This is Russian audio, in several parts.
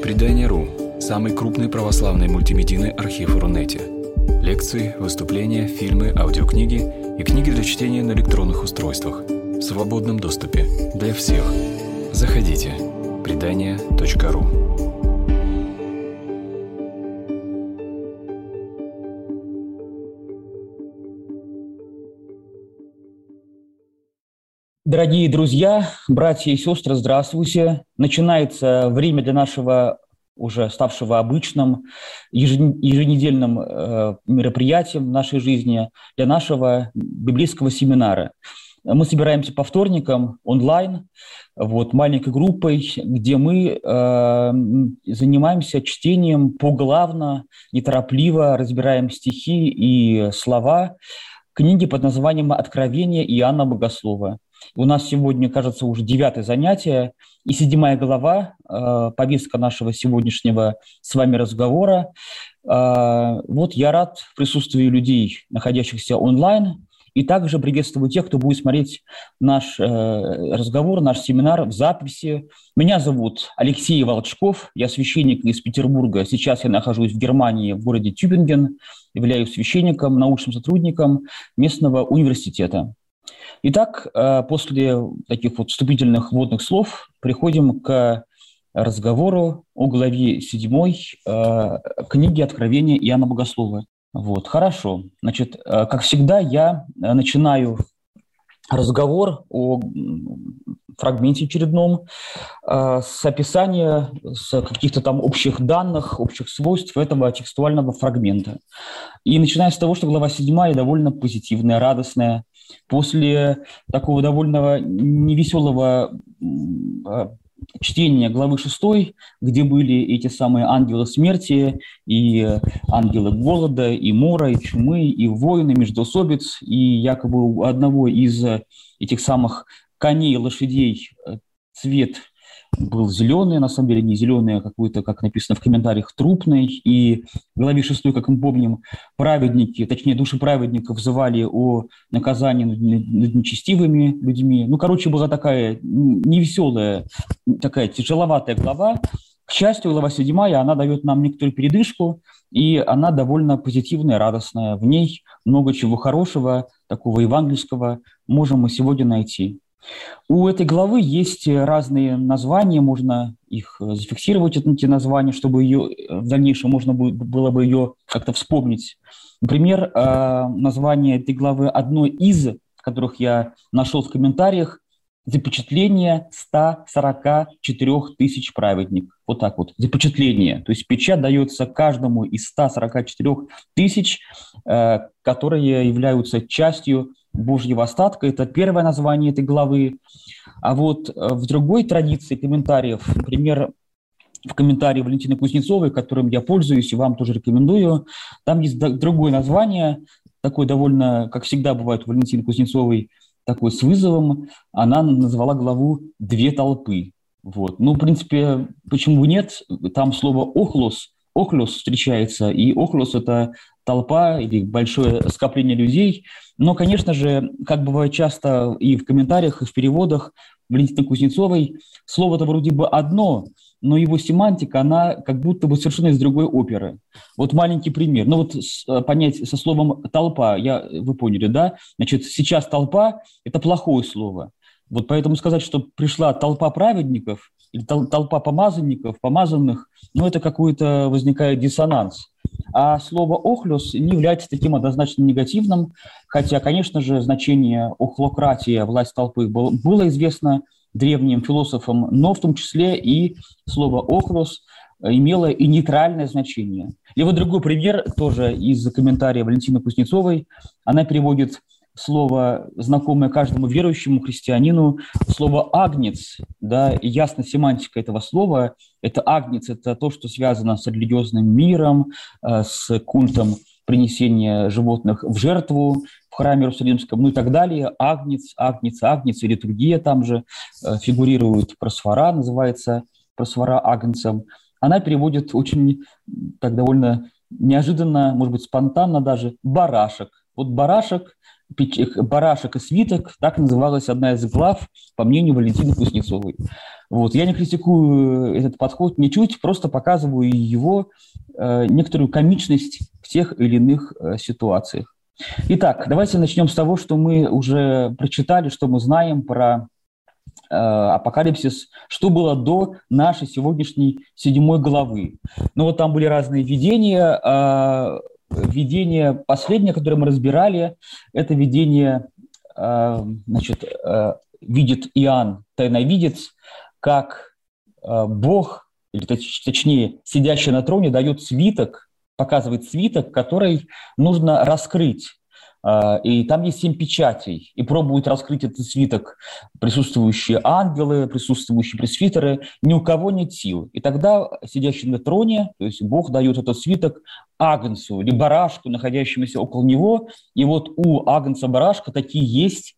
Предание.ру – самый крупный православный мультимедийный архив Рунете. Лекции, выступления, фильмы, аудиокниги и книги для чтения на электронных устройствах в свободном доступе для всех. Заходите. Предание.ру. Дорогие друзья, братья и сестры, здравствуйте. Начинается время для нашего, уже ставшего обычным, еженедельным мероприятием в нашей жизни, для нашего библейского семинара. Мы собираемся по вторникам онлайн, маленькой группой, где мы занимаемся чтением поглавно, неторопливо, разбираем стихи и слова книги под названием «Откровение Иоанна Богослова». У нас сегодня, кажется, уже 9-е занятие и 7-я глава, повестка нашего сегодняшнего с вами разговора. Я рад в присутствии людей, находящихся онлайн, и также приветствую тех, кто будет смотреть наш разговор, наш семинар в записи. Меня зовут Алексей Волчков, я священник из Петербурга. Сейчас я нахожусь в Германии, в городе Тюбинген, являюсь священником, научным сотрудником местного университета. Итак, после таких вступительных вводных слов переходим к разговору о главе 7 книги «Откровения Иоанна Богослова». Хорошо. Значит, как всегда, я начинаю разговор о фрагменте очередном с описания, с каких-то там общих данных, общих свойств этого текстуального фрагмента. И начиная с того, что глава 7 довольно позитивная, радостная. После такого довольно невеселого чтения главы 6, где были эти самые ангелы смерти, и ангелы голода, и мора, и чумы, и войны, междоусобиц, и якобы у одного из этих самых коней, лошадей цвет был зеленый, на самом деле не зеленый, а какой-то, как написано в комментариях, трупный. И в главе 6, как мы помним, праведники, точнее, души праведников взывали о наказании над нечестивыми людьми. Была такая невеселая, такая тяжеловатая глава. К счастью, глава 7, она дает нам некоторую передышку, и она довольно позитивная, радостная. В ней много чего хорошего, такого евангельского, можем мы сегодня найти. У этой главы есть разные названия, можно их зафиксировать, эти названия, чтобы ее в дальнейшем можно было бы ее как-то вспомнить. Например, название этой главы одно из, которых я нашел в комментариях, запечатление 144 тысяч праведников. Запечатление. То есть печать дается каждому из 144 тысяч, которые являются частью Божьего остатка. Это первое название этой главы. А в другой традиции комментариев, например, в комментарии Валентины Кузнецовой, которым я пользуюсь и вам тоже рекомендую, там есть другое название, такое довольно, как всегда бывает у Валентины Кузнецовой, такой с вызовом. Она назвала главу «Две толпы». В принципе, почему бы нет? Там слово «охлос», «охлос» встречается, и «охлос» – это толпа или большое скопление людей. Но, конечно же, как бывает часто и в комментариях, и в переводах Валентины Кузнецовой, слово-то вроде бы одно, но его семантика, она как будто бы совершенно из другой оперы. Маленький пример. Понять со словом «толпа», вы поняли, да? Значит, сейчас толпа – это плохое слово. Поэтому сказать, что пришла толпа праведников или толпа помазанников, помазанных, это какой-то возникает диссонанс. А слово «охлос» не является таким однозначно негативным, хотя, конечно же, значение охлократия, власть толпы, было известно древним философам, но в том числе и слово «охлос» имело и нейтральное значение. И другой пример, тоже из комментария Валентины Кузнецовой, она переводит слово, знакомое каждому верующему христианину, слово «агнец», да, и ясна семантика этого слова. Это агнец, это то, что связано с религиозным миром, с культом принесения животных в жертву в храме Иерусалимском, и так далее. Агнец, агнец, агнец, и литургия там же фигурирует, просфора, называется просфора агнцем. Она переводит очень так довольно неожиданно, может быть, спонтанно даже, барашек. Барашек «Барашек и свиток», так называлась одна из глав, по мнению Валентины Кузнецовой. Вот. Я не критикую этот подход ничуть, просто показываю его некоторую комичность в тех или иных ситуациях. Итак, давайте начнем с того, что мы уже прочитали, что мы знаем про апокалипсис, что было до нашей сегодняшней 7 главы. Ну вот там были разные видения. Видение последнее, которое мы разбирали, это видение, видит Иоанн, тайновидец, как Бог, или точнее, сидящий на троне, дает свиток, показывает свиток, который нужно раскрыть. И там есть 7 печатей, и пробуют раскрыть этот свиток присутствующие ангелы, присутствующие пресвитеры, ни у кого нет сил. И тогда сидящий на троне, то есть Бог дает этот свиток агнцу или барашку, находящемуся около него, и вот у агнца-барашка такие есть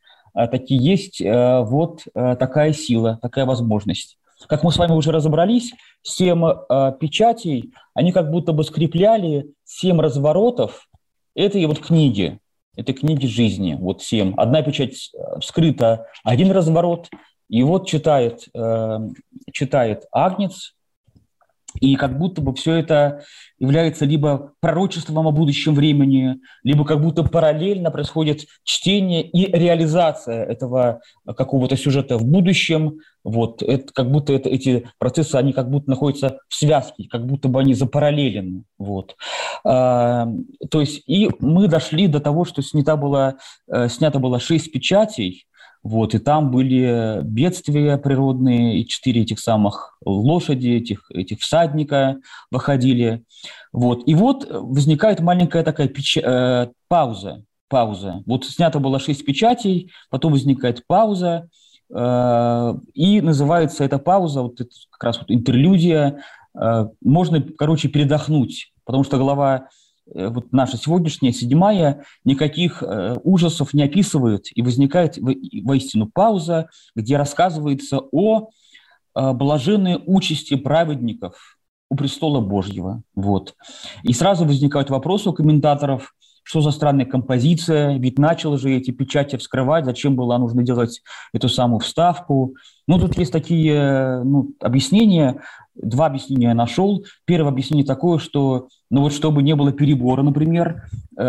такая сила, такая возможность. Как мы с вами уже разобрались, 7 печатей, они как будто бы скрепляли 7 разворотов этой вот книги. Это книги жизни, вот 7. Одна печать вскрыта, один разворот, и вот читает агнец, и как будто бы все это является либо пророчеством о будущем времени, либо как будто параллельно происходит чтение и реализация этого какого-то сюжета в будущем. Вот, это, как будто эти процессы, они как будто находятся в связке, как будто бы они запараллелены. Вот. То есть и мы дошли до того, что снято было 6 печатей, вот, и там были бедствия природные, и 4 этих самых лошади, этих всадника выходили. Вот. И вот возникает маленькая такая пауза. Вот снято было 6 печатей, потом возникает пауза, и называется эта пауза, вот это как раз вот интерлюдия, можно, передохнуть, потому что глава вот наша сегодняшняя 7 никаких ужасов не описывает, и возникает воистину пауза, где рассказывается о блаженной участи праведников у престола Божьего. Вот. И сразу возникают вопросы у комментаторов, что за странная композиция, ведь начал же эти печати вскрывать, зачем было нужно делать эту самую вставку. Ну, тут есть такие объяснения, 2 объяснения я нашел. Первое объяснение такое, что, чтобы не было перебора, например,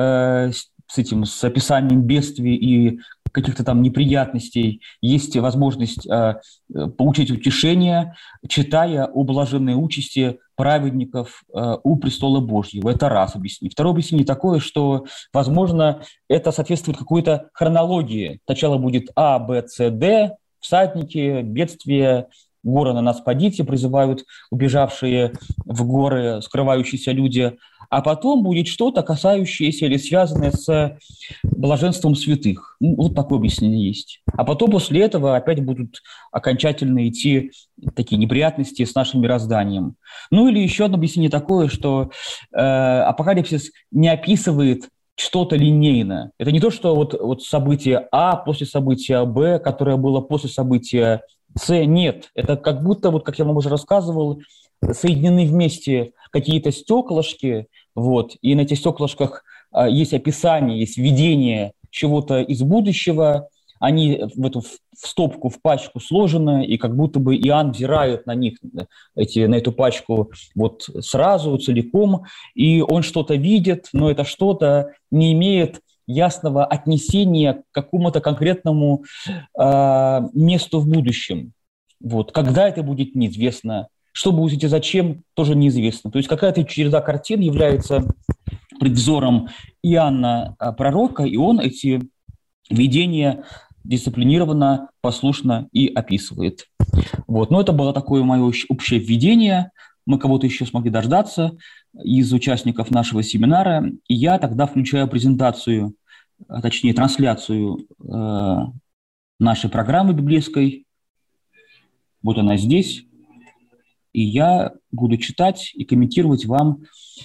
с описанием бедствий и каких-то там неприятностей, есть возможность получить утешение, читая о блаженной участи праведников у престола Божьего. Это раз объяснение. Второе объяснение такое, что, возможно, это соответствует какой-то хронологии. Сначала будет А, Б, С, Д, всадники, бедствия, горы на нас падите, призывают убежавшие в горы скрывающиеся люди, а потом будет что-то, касающееся или связанное с блаженством святых. Вот такое объяснение есть. А потом после этого опять будут окончательно идти такие неприятности с нашим мирозданием. Ну или еще одно объяснение такое, что апокалипсис не описывает что-то линейно. Это не то, что вот событие А после события Б, которое было после события С. Нет. Это как будто, вот как я вам уже рассказывал, соединены вместе какие-то стеклышки, вот, и на этих стеклышках есть описание, есть видение чего-то из будущего, они в эту стопку, в пачку сложены, и как будто бы Иоанн взирает на них, на эту пачку вот сразу, целиком, и он что-то видит, но это что-то не имеет ясного отнесения к какому-то конкретному месту в будущем. Вот. Когда это будет, неизвестно. Что будет и зачем, тоже неизвестно. То есть какая-то череда картин является предвзором Иоанна пророка, и он эти видения дисциплинированно, послушно и описывает. Вот. Но это было такое мое общее введение. Мы кого-то еще смогли дождаться из участников нашего семинара, и я тогда включаю презентацию, точнее трансляцию нашей программы библейской. Вот она здесь. И я буду читать и комментировать вам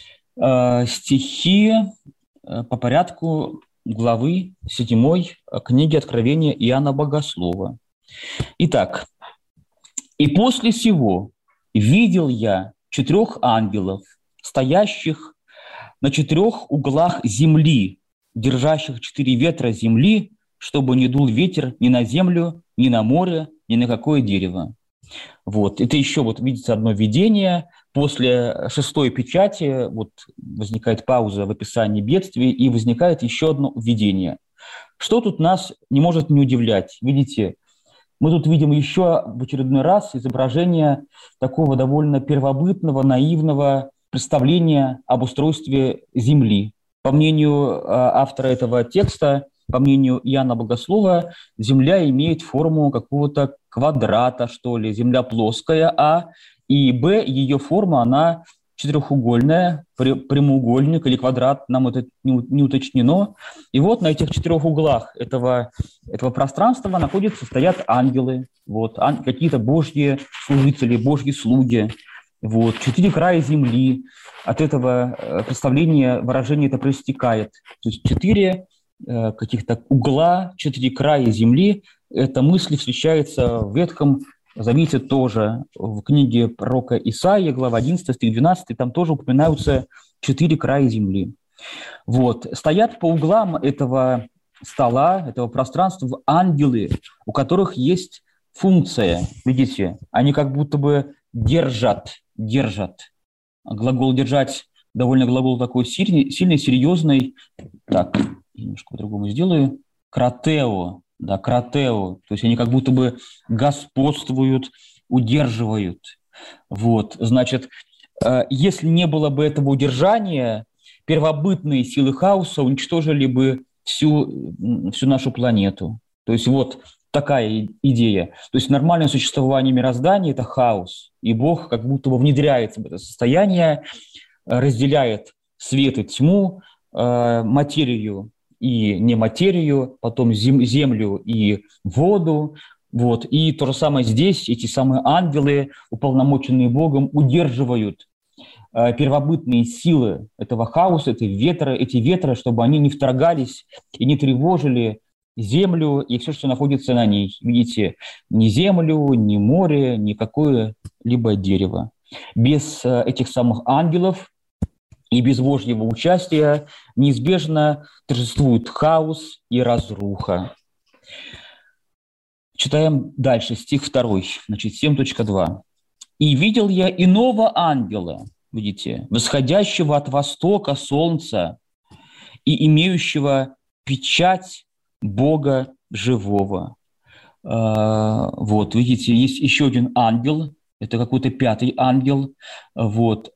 стихи по порядку главы 7 книги Откровения Иоанна Богослова. Итак, «И после сего видел я 4 ангелов, стоящих на 4 углах земли, держащих 4 ветра земли, чтобы не дул ветер ни на землю, ни на море, ни на какое дерево. Вот. Это еще, вот видите, одно видение. После 6-й печати вот, возникает пауза в описании бедствий, и возникает еще одно видение. Что тут нас не может не удивлять? Видите, мы тут видим еще в очередной раз изображение такого довольно первобытного, наивного представления об устройстве Земли. По мнению автора этого текста, по мнению Иоанна Богослова, Земля имеет форму какого-то квадрата, что ли, Земля плоская, и б, ее форма, она четырехугольная, прямоугольник или квадрат, нам это не уточнено. И вот на этих 4 углах этого пространства стоят ангелы, вот, какие-то божьи служители, божьи слуги. Вот, 4 края земли. От этого представления, выражение это проистекает. То есть 4 каких-то угла, 4 края земли. Эта мысль встречается в Ветхом Завете тоже. В книге пророка Исаии, глава 11, стих 12, там тоже упоминаются 4 края земли. Вот. Стоят по углам этого стола, этого пространства ангелы, у которых есть функция. Видите, они как будто бы держат. Глагол «держать» довольно глагол такой сильный, серьезный. Так, немножко по-другому сделаю. Кратео. Да, кратео. То есть они как будто бы господствуют, удерживают. Вот, значит, если не было бы этого удержания, первобытные силы хаоса уничтожили бы всю нашу планету. То есть вот такая идея. То есть нормальное существование мироздания – это хаос. И Бог как будто бы внедряется в это состояние, разделяет свет и тьму, материю и нематерию, потом землю и воду. Вот. И то же самое здесь, эти самые ангелы, уполномоченные Богом, удерживают первобытные силы этого хаоса, эти ветры, чтобы они не вторгались и не тревожили землю и все, что находится на ней. Видите, ни землю, ни море, ни какое-либо дерево. Без этих самых ангелов и без Божьего участия неизбежно торжествует хаос и разруха. Читаем дальше, стих 2, значит, 7.2. «И видел я иного ангела, видите, восходящего от востока солнца и имеющего печать Бога живого». Вот, видите, есть еще один ангел, это какой-то 5-й ангел, вот,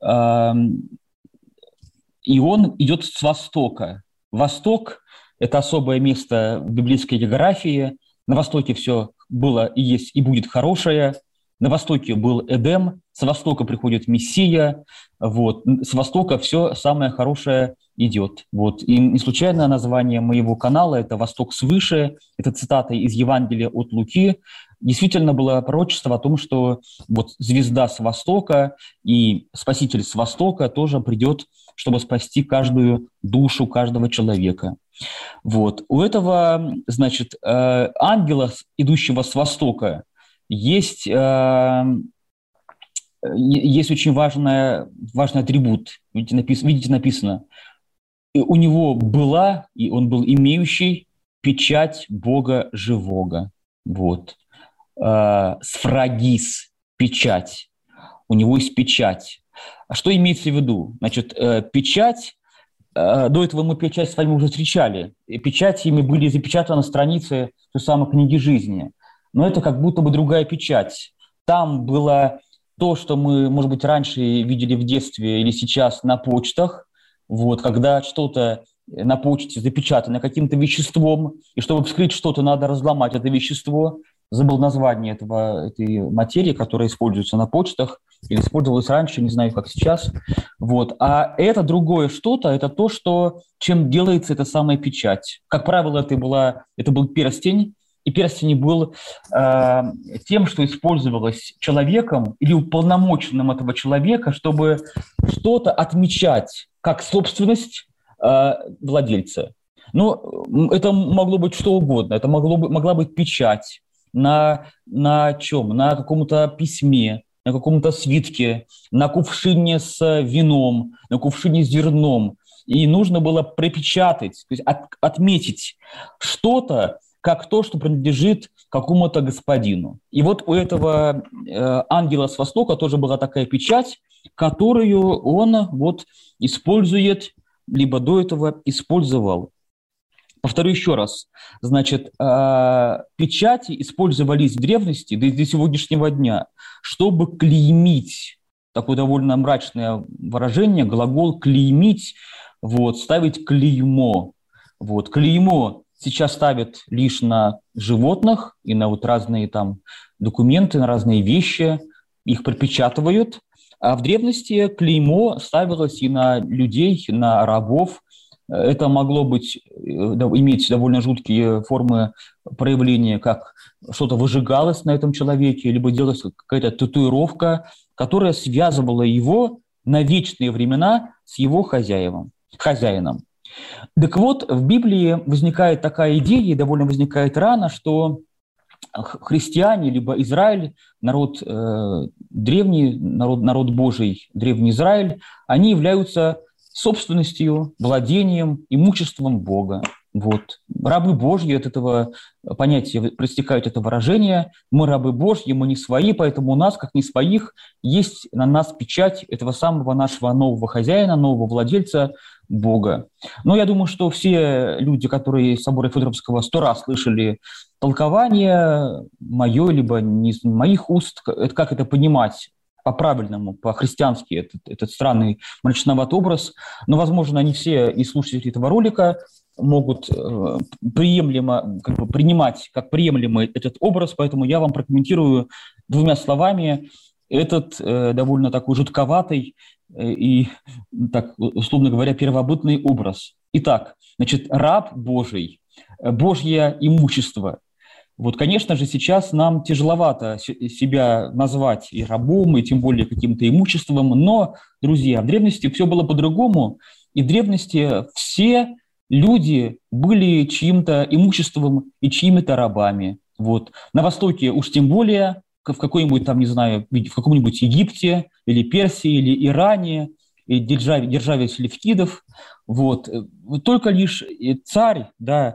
и он идет с востока. Восток – это особое место в библейской географии. На востоке все было и есть, и будет хорошее. На востоке был Эдем, с востока приходит Мессия, вот. С востока все самое хорошее идет. Вот. И не случайно название моего канала – это «Восток свыше», это цитата из Евангелия от Луки. Действительно было пророчество о том, что вот звезда с востока и Спаситель с востока тоже придет, чтобы спасти каждую душу каждого человека. Вот. У этого, значит, ангела, идущего с востока, есть очень важный атрибут. Видите, написано. У него была, и он был имеющий печать Бога живого. Вот. Сфрагис, печать. У него есть печать. А что имеется в виду? Значит, печать, до этого мы печать с вами уже встречали. Печатями были запечатаны на странице той самой книги жизни. Но это как будто бы другая печать. Там было то, что мы, может быть, раньше видели в детстве или сейчас на почтах, вот, когда что-то на почте запечатано каким-то веществом, и чтобы вскрыть что-то, надо разломать это вещество. Забыл название этой материи, которая используется на почтах, или использовалась раньше, не знаю, как сейчас. Вот. А это другое что-то, это то, чем делается эта самая печать. Как правило, это был перстень, и перстень был тем, что использовалось человеком или уполномоченным этого человека, чтобы что-то отмечать как собственность владельца. Ну, это могло быть что угодно. Это могла быть печать на чем? На каком-то письме, на каком-то свитке, на кувшине с вином, на кувшине с зерном. и нужно было припечатать, то есть отметить что-то, как то, что принадлежит какому-то господину. И вот у этого ангела с востока тоже была такая печать, которую он вот использует, либо до этого использовал. Повторю еще раз. Значит, печати использовались в древности до сегодняшнего дня, чтобы клеймить, такое довольно мрачное выражение, глагол «клеймить», вот, ставить клеймо. Вот, клеймо сейчас ставят лишь на животных и на вот разные там документы, на разные вещи, их пропечатывают. А в древности клеймо ставилось и на людей, на рабов. Это могло быть, иметь довольно жуткие формы проявления, как что-то выжигалось на этом человеке, либо делалась какая-то татуировка, которая связывала его на вечные времена с его хозяином. Так вот, в Библии возникает такая идея, и довольно возникает рано, что христиане, либо Израиль, народ древний, народ Божий, древний Израиль, они являются собственностью, владением, имуществом Бога. Вот. Рабы Божьи, от этого понятия проистекают это выражение. Мы рабы Божьи, мы не свои, поэтому у нас, как не своих, есть на нас печать этого самого нашего нового хозяина, нового владельца Бога. Но я думаю, что все люди, которые из собора Федоровского 100 раз слышали толкование мое, либо не из моих уст, как это понимать по-правильному, по-христиански этот странный мрачноватый образ. Но, возможно, не все из слушателей этого ролика могут приемлемо, принимать как приемлемый этот образ, поэтому я вам прокомментирую двумя словами этот довольно такой жутковатый и, так, условно говоря, первобытный образ. Итак, значит, раб Божий, Божье имущество. Вот, конечно же, сейчас нам тяжеловато себя назвать и рабом, и тем более каким-то имуществом, но, друзья, в древности все было по-другому, и в древности все люди были чьим-то имуществом и чьими-то рабами. Вот. На Востоке уж тем более, в какой-нибудь там, не знаю, в каком-нибудь Египте или Персии или Иране, или державе селевкидов. Вот. Только лишь царь, да,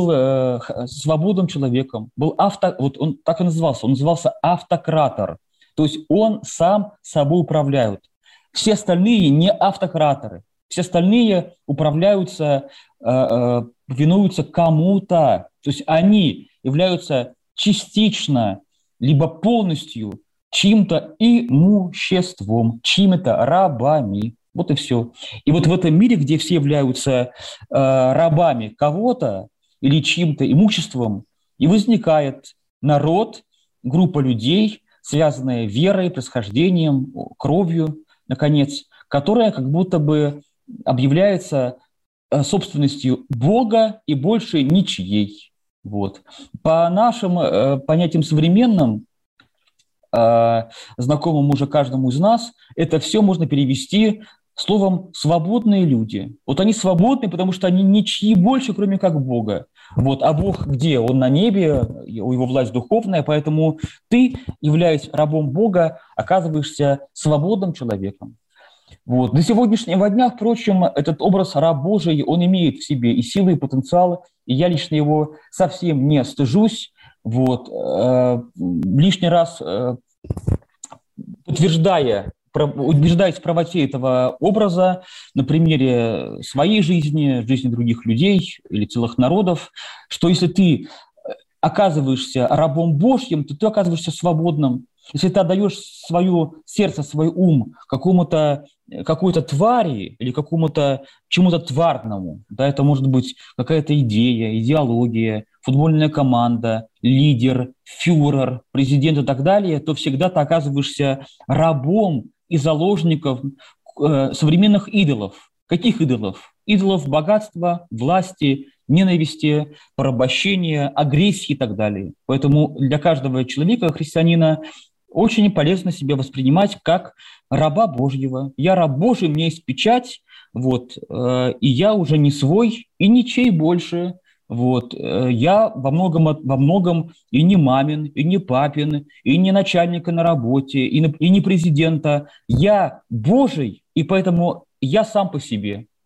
был свободным человеком, был вот он так и назывался, он назывался автократор. То есть он сам собой управляет. Все остальные не автократоры. Все остальные управляются, повинуются кому-то. То есть они являются частично, либо полностью чьим-то имуществом, чьими-то рабами. Вот и все. И вот в этом мире, где все являются рабами кого-то или чьим-то имуществом, и возникает народ, группа людей, связанная верой, происхождением, кровью, наконец, которая как будто бы объявляется собственностью Бога и больше ничьей. Вот. По нашим понятиям современным, знакомым уже каждому из нас, это все можно перевести словом «свободные люди». Вот они свободны, потому что они ничьи больше, кроме как Бога. Вот. А Бог где? Он на небе, у его власть духовная, поэтому ты, являясь рабом Бога, оказываешься свободным человеком. Вот. До сегодняшнего дня, впрочем, этот образ раб Божий, он имеет в себе и силы, и потенциал, и я лично его совсем не стыжусь. Вот. Лишний раз убеждаясь в правоте этого образа на примере своей жизни, жизни других людей или целых народов, что если ты оказываешься рабом Божьим, то ты оказываешься свободным. Если ты отдаешь свое сердце, свой ум какой-то твари или какому-то чему-то тварному, да, это может быть какая-то идея, идеология, футбольная команда, лидер, фюрер, президент и так далее, то всегда ты оказываешься рабом и заложником современных идолов. Каких идолов? Идолов богатства, власти, ненависти, порабощения, агрессии и так далее. Поэтому для каждого человека, христианина, очень полезно себя воспринимать как раба Божьего. Я раб Божий, у меня есть печать, вот, и я уже не свой и ничей больше. Вот, я во многом и не мамин, и не папин, и не начальника на работе, и не президента. Я Божий, и поэтому я сам по себе.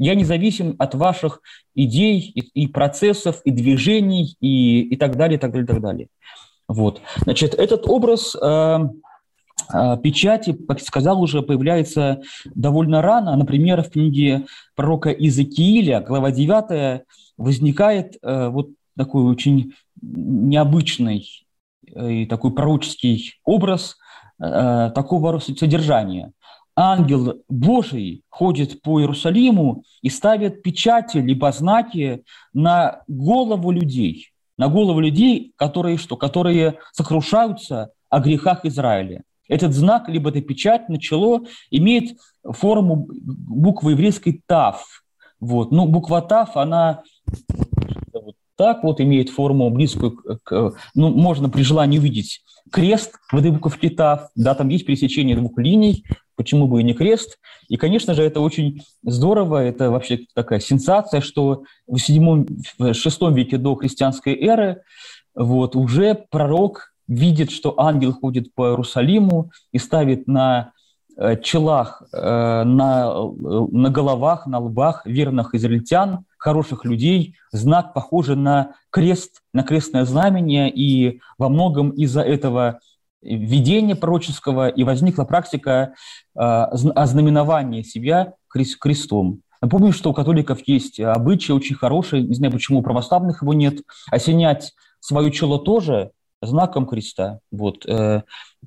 я независим от ваших идей и процессов, и движений, и так далее, и так далее, и так далее. Вот. Значит, этот образ печати, как я сказал, уже появляется довольно рано. Например, в книге пророка Иезекииля, глава 9, возникает вот такой очень необычный и такой пророческий образ такого содержания. Ангел Божий ходит по Иерусалиму и ставит печати либо знаки на голову людей, которые что? Которые сокрушаются о грехах Израиля. Этот знак, либо эта печать, начало имеет форму буквы еврейской Тав. Вот. Ну, буква Тав, она вот так вот имеет форму близкую к, ну, можно при желании увидеть крест в этой буковке Тав, да, там есть пересечение двух линий, почему бы и не крест. И, конечно же, это очень здорово, это вообще такая сенсация, что в VI веке до христианской эры вот, уже пророк видит, что ангел ходит по Иерусалиму и ставит на челах, на головах, на лбах верных израильтян, хороших людей, знак, похожий на крест, на крестное знамение, и во многом из-за этого видения пророческого и возникла практика ознаменования себя крестом. Напомню, что у католиков есть обычай очень хороший, не знаю, почему у православных его нет, осенять свое чело тоже знаком креста. Вот. Это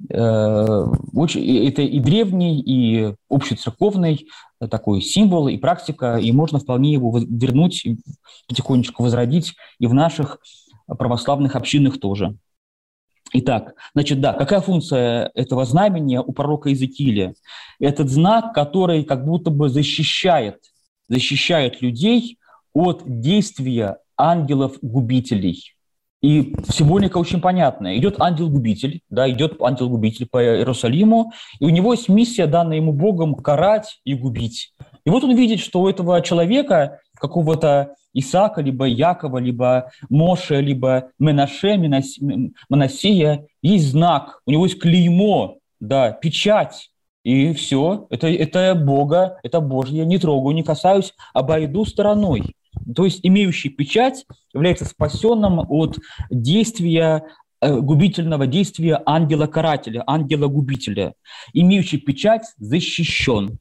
и древний, и общецерковный такой символ и практика, и можно вполне его вернуть, потихонечку возродить и в наших православных общинах тоже. Итак, значит, да, какая функция этого знамения у пророка Иезекииля? Этот знак, который как будто бы защищает людей от действия ангелов-губителей. И символика очень понятная. Идет ангел-губитель по Иерусалиму, и у него есть миссия, данная ему Богом, карать и губить. И вот он видит, что у этого человека, какого-то Исаака, либо Якова, либо Моше, либо Манассея, есть знак, у него есть клеймо, да, печать. И все, это Бога, это Божье, не трогаю, не касаюсь, обойду стороной. То есть имеющий печать является спасенным от действия, губительного действия ангела-карателя, ангела-губителя. Имеющий печать защищен.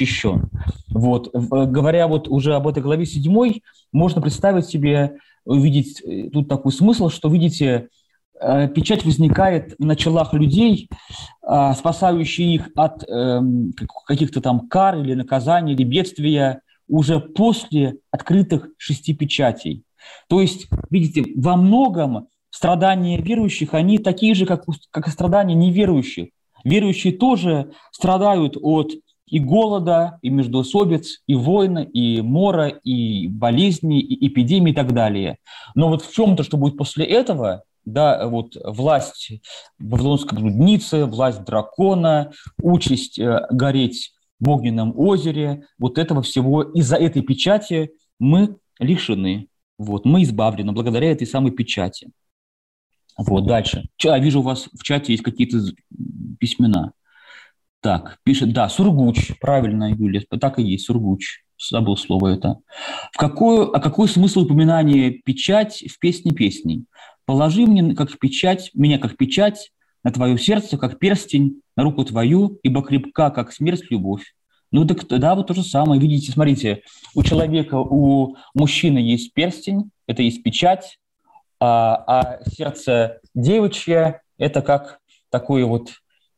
Вот. Говоря вот уже об этой главе 7, можно представить себе, увидеть тут такой смысл, что, видите, печать возникает на челах людей, спасающих их от каких-то там кар или наказаний, или бедствия, уже после открытых 6 печатей. То есть, видите, во многом страдания верующих, они такие же, как и страдания неверующих. Верующие тоже страдают от и голода, и междоусобиц, и войн, и мора, и болезней, и эпидемий, и так далее. Но вот в чем-то, что будет после этого, да, вот власть Вавилонской блудницы, власть дракона, участь гореть в огненном озере, вот этого всего, из-за этой печати мы лишены, вот, мы избавлены благодаря этой самой печати. Вот, дальше. Вижу, у вас в чате есть какие-то письмена. Так, пишет, да, Сургуч, правильно, Юлия, так и есть, Сургуч, забыл слово это. Какой смысл упоминания печать в песне песней? Положи меня как печать на твое сердце, как перстень, на руку твою, ибо крепка, как смерть, любовь. Ну, так да, вот то же самое. Видите, смотрите, у человека, у мужчины есть перстень, это есть печать, а сердце девичье – это как такое вот,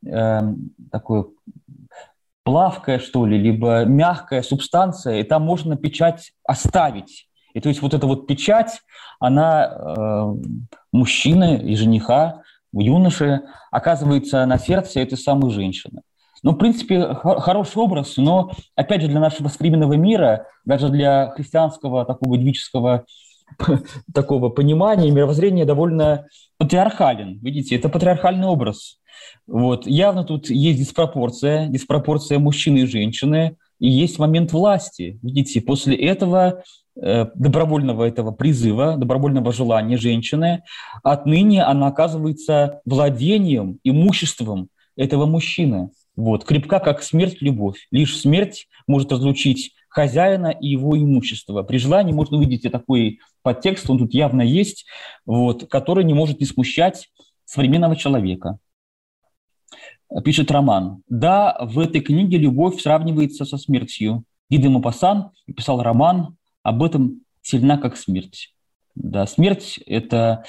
такое плавкое, что ли, либо мягкая субстанция, и там можно печать оставить. И то есть вот эта вот печать, она мужчины и жениха, юноши, оказывается на сердце этой самой женщины. Ну, в принципе, хороший образ, но, опять же, для нашего современного мира, даже для христианского такого ведического такого понимания, мировоззрения довольно патриархален. Видите, это патриархальный образ. Вот. Явно тут есть диспропорция мужчины и женщины, и есть момент власти. Видите, после этого добровольного этого призыва, добровольного желания женщины, отныне она оказывается владением, имуществом этого мужчины. Вот. Крепка, как смерть, любовь. Лишь смерть может разлучить хозяина и его имущества. При желании можно увидеть и такой подтекст, он тут явно есть, вот, который не может не смущать современного человека. Пишет Роман. Да, в этой книге любовь сравнивается со смертью. Гиде Мопассан писал роман об этом «Сильна, как смерть». Да, смерть – это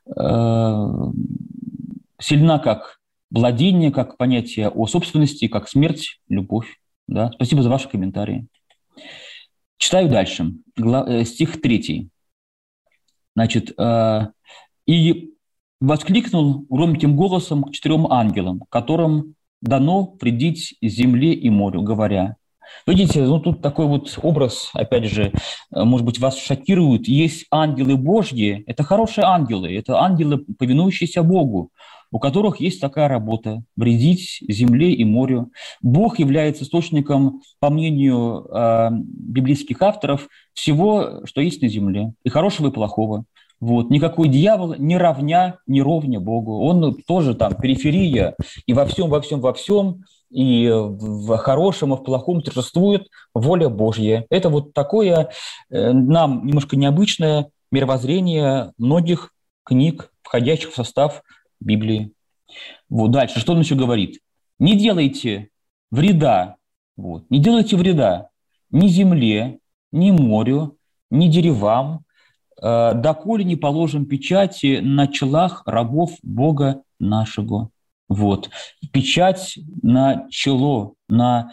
сильна, как владение, как понятие о собственности, как смерть, любовь. Да. Спасибо за ваши комментарии. Читаю дальше. Стих 3. Значит, «И воскликнул громким голосом к 4 ангелам, которым дано вредить земле и морю, говоря». Видите, ну тут такой вот образ, опять же, может быть, вас шокирует. Есть ангелы Божьи, это хорошие ангелы, это ангелы, повинующиеся Богу, у которых есть такая работа – вредить земле и морю. Бог является источником, по мнению библейских авторов, всего, что есть на земле, и хорошего, и плохого. Вот. Никакой дьявол не ровня Богу. Он тоже там периферия, и во всем, и в хорошем, и в плохом торжествует воля Божья. Это вот такое нам немножко необычное мировоззрение многих книг, входящих в состав Библии. Вот дальше, что он еще говорит? Не делайте вреда, вот, не делайте вреда ни земле, ни морю, ни деревам, доколе не положим печати на челах рабов Бога нашего. Вот. Печать на чело, на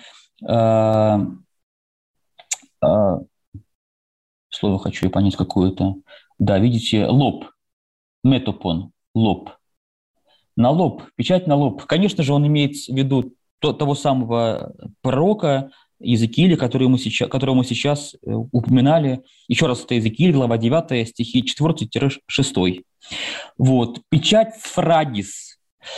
слово хочу я понять какое-то. Да, видите, лоб, метопон, лоб. На лоб, печать на лоб. Конечно же, он имеет в виду того самого пророка Иезекииля, которого мы сейчас упоминали. Еще раз, это Иезекииль, глава 9, стихи 4-6. Вот. Печать сфрагис.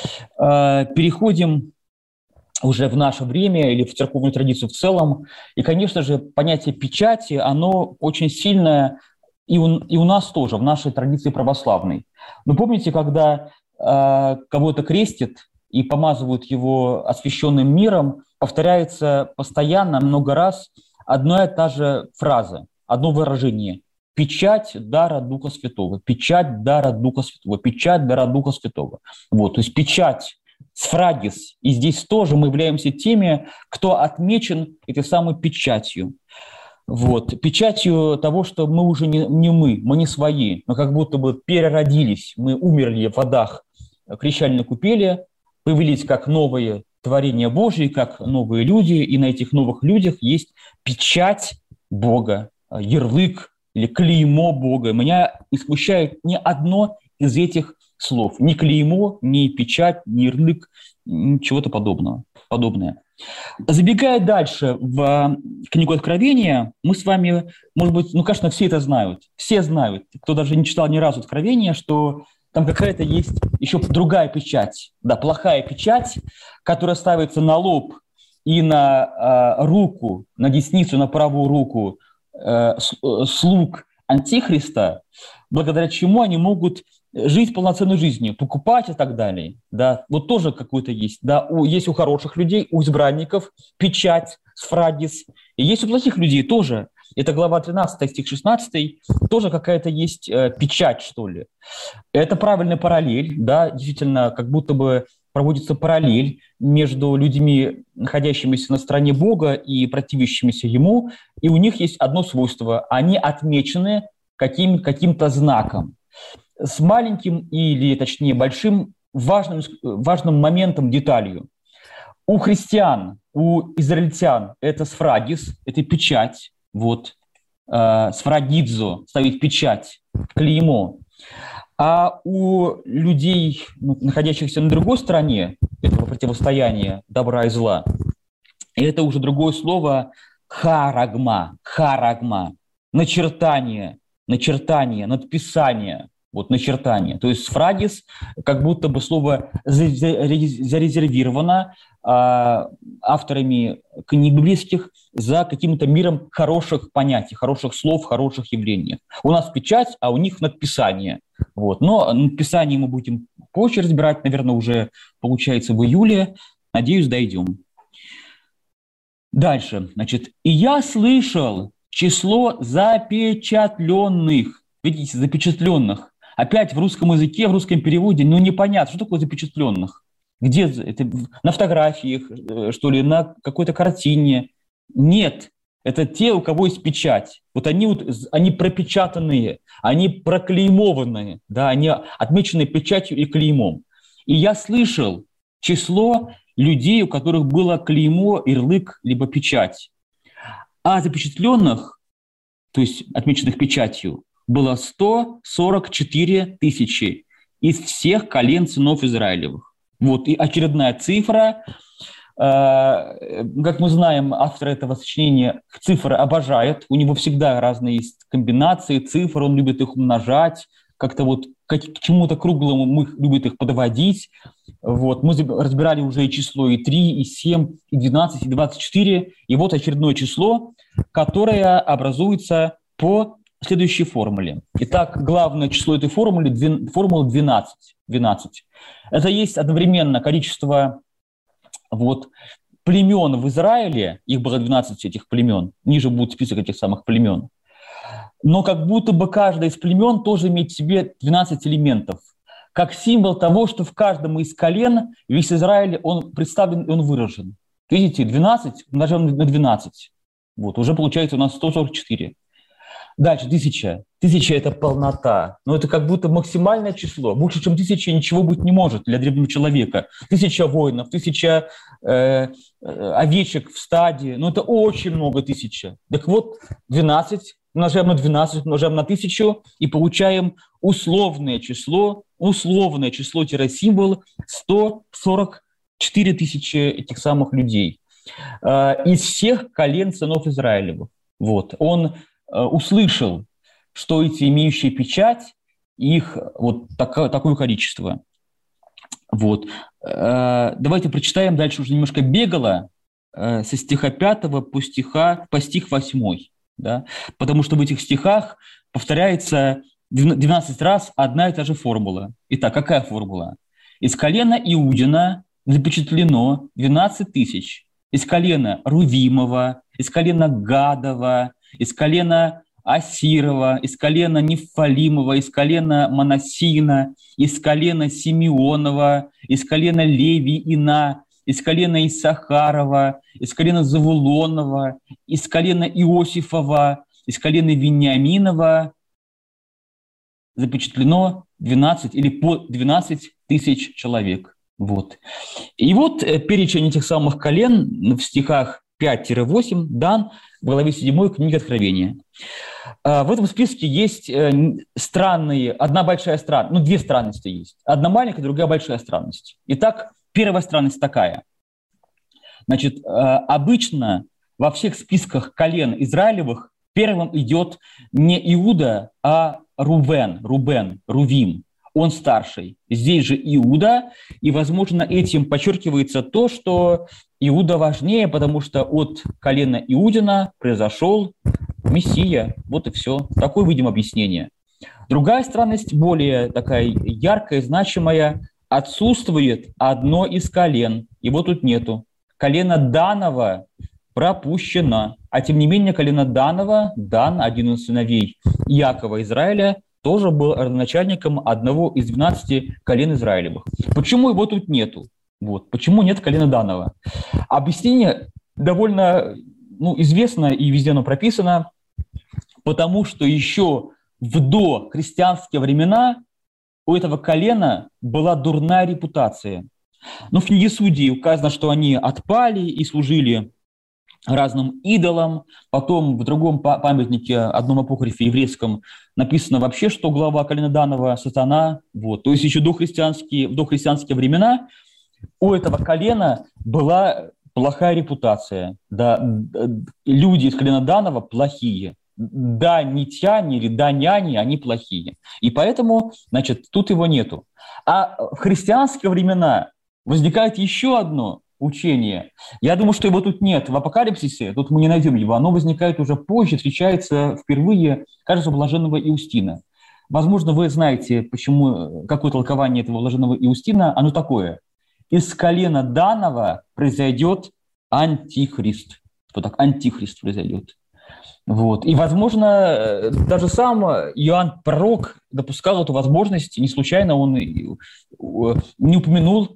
Переходим уже в наше время или в церковную традицию в целом. И, конечно же, понятие печати, оно очень сильное и у нас тоже, в нашей традиции православной. Но помните, когда кого-то крестят и помазывают его освященным миром, повторяется постоянно, много раз одна и та же фраза, одно выражение. Печать дара Духа Святого, печать дара Духа Святого, печать дара Духа Святого. Вот, то есть печать, сфрагис. И здесь тоже мы являемся теми, кто отмечен этой самой печатью. Вот, печатью того, что мы уже не мы не свои, мы как будто бы переродились, мы умерли в водах крещальной купели, появились как новые творения Божьи, как новые люди, и на этих новых людях есть печать Бога, ярлык или клеймо Бога. Меня не смущает ни одно из этих слов. Ни клеймо, ни печать, ни ярлык, ничего-то подобное. Забегая дальше в книгу Откровения, мы с вами, может быть, конечно, все это знают. Все знают, кто даже не читал ни разу Откровения, что там какая-то есть еще другая печать, да, плохая печать, которая ставится на лоб и на руку, на десницу, на правую руку слуг Антихриста, благодаря чему они могут жить полноценной жизнью, покупать и так далее. Да, вот тоже какой-то есть. Да, есть у хороших людей, у избранников печать, сфрагис. И есть у плохих людей тоже. Это глава 13, стих 16, тоже какая-то есть печать, что ли. Это правильная параллель, да, действительно, как будто бы проводится параллель между людьми, находящимися на стороне Бога и противящимися Ему, и у них есть одно свойство – они отмечены каким-то знаком. С маленьким или, точнее, большим важным моментом, деталью. У христиан, у израильтян это сфрагис, это печать, вот, сфрагидзо, ставить печать, клеймо. А у людей, находящихся на другой стороне этого противостояния добра и зла, это уже другое слово харагма, начертание, надписание. Вот начертание. То есть сфрагис, как будто бы слово зарезервировано авторами книг библейских за каким-то миром хороших понятий, хороших слов, хороших явлений. У нас печать, а у них надписание. Вот. Но надписание мы будем позже разбирать, наверное, уже получается в июле. Надеюсь, дойдем. Дальше, значит, «И я слышал число запечатленных». Видите, запечатленных. Опять в русском языке, в русском переводе, ну, непонятно, что такое запечатленных. Где это? На фотографиях, что ли, на какой-то картине? Нет, это те, у кого есть печать. Вот они пропечатанные, они проклеймованные, да, они отмечены печатью и клеймом. И я слышал число людей, у которых было клеймо, ярлык, либо печать. А запечатленных, то есть отмеченных печатью, было 144 тысячи из всех колен сынов Израилевых. Вот, и очередная цифра. Как мы знаем, автор этого сочинения цифры обожает. У него всегда разные есть комбинации цифр, он любит их умножать, как-то вот к чему-то круглому любит их подводить. Вот. Мы разбирали уже и число и 3, и 7, и 12, и 24. И вот очередное число, которое образуется по следующей формуле. Итак, главное число этой формулы – формула 12. 12. Это есть одновременно количество племен в Израиле, их было 12 этих племен, ниже будет список этих самых племен, но как будто бы каждое из племен тоже имеет в себе 12 элементов, как символ того, что в каждом из колен весь Израиль, он представлен, он выражен. Видите, 12 умножаем на 12, вот, уже получается у нас 144. Дальше 1000. 1000 – это полнота. Но это как будто максимальное число. Больше, чем 1000 ничего быть не может для древнего человека. 1000 воинов, 1000 овечек в стаде. Ну, это очень много 1000. Так вот, 12 умножаем на 12, умножаем на 1000 и получаем условное число-символ 144 тысячи этих самых людей. Из всех колен сынов Израилевых. Вот. Он услышал, что эти имеющие печать, их вот такое количество. Вот. Давайте прочитаем дальше уже немножко бегло со стиха 5 по стих 8. Да? Потому что в этих стихах повторяется 12 раз одна и та же формула. Итак, какая формула? Из колена Иудина запечатлено 12 тысяч. Из колена Рувимова, из колена Гадова, из колена Асирова, из колена Нефалимова, из колена Манассина, из колена Симеонова, из колена Леви-Ина, из колена Иссахарова, из колена Завулонова, из колена Иосифова, из колена Вениаминова запечатлено 12 или по 12 тысяч человек. Вот. И вот перечень этих самых колен в стихах 5-8 дан в главе 7 книги Откровения. В этом списке есть странные, две странности есть. Одна маленькая, другая большая странность. Итак, первая странность такая. Значит, обычно во всех списках колен Израилевых первым идет не Иуда, а Рувим. Он старший. Здесь же Иуда, и, возможно, этим подчеркивается то, что Иуда важнее, потому что от колена Иудина произошел Мессия. Вот и все. Такое видим объяснение. Другая странность, более такая яркая, значимая, отсутствует одно из колен. Его тут нету. Колено Данова пропущено. А тем не менее, колено Данова, Дан, один из сыновей Иакова Израиля, тоже был родоначальником одного из 12 колен Израилевых. Почему его тут нету? Вот. Почему нет колена Данова? Объяснение довольно известно и везде оно прописано, потому что еще в дохристианские времена у этого колена была дурная репутация. Но в книге Судей указано, что они отпали и служили разным идолам. Потом в другом памятнике, одном апокрифе еврейском, написано вообще, что глава колена Данова – сатана. Вот. То есть еще в дохристианские времена у этого колена была плохая репутация. Да, люди из колена Данова плохие. Данитяне или даняне, они плохие. И поэтому, значит, тут его нету. А в христианские времена возникает еще одно учение. Я думаю, что его тут нет. В Апокалипсисе, тут мы не найдем его, оно возникает уже позже, встречается впервые, кажется, у блаженного Иустина. Возможно, вы знаете, какое толкование этого блаженного Иустина, оно такое. Из колена Данова произойдет антихрист. Вот так, антихрист произойдет. Вот. И, возможно, даже сам Иоанн Пророк допускал эту возможность, и не случайно он не упомянул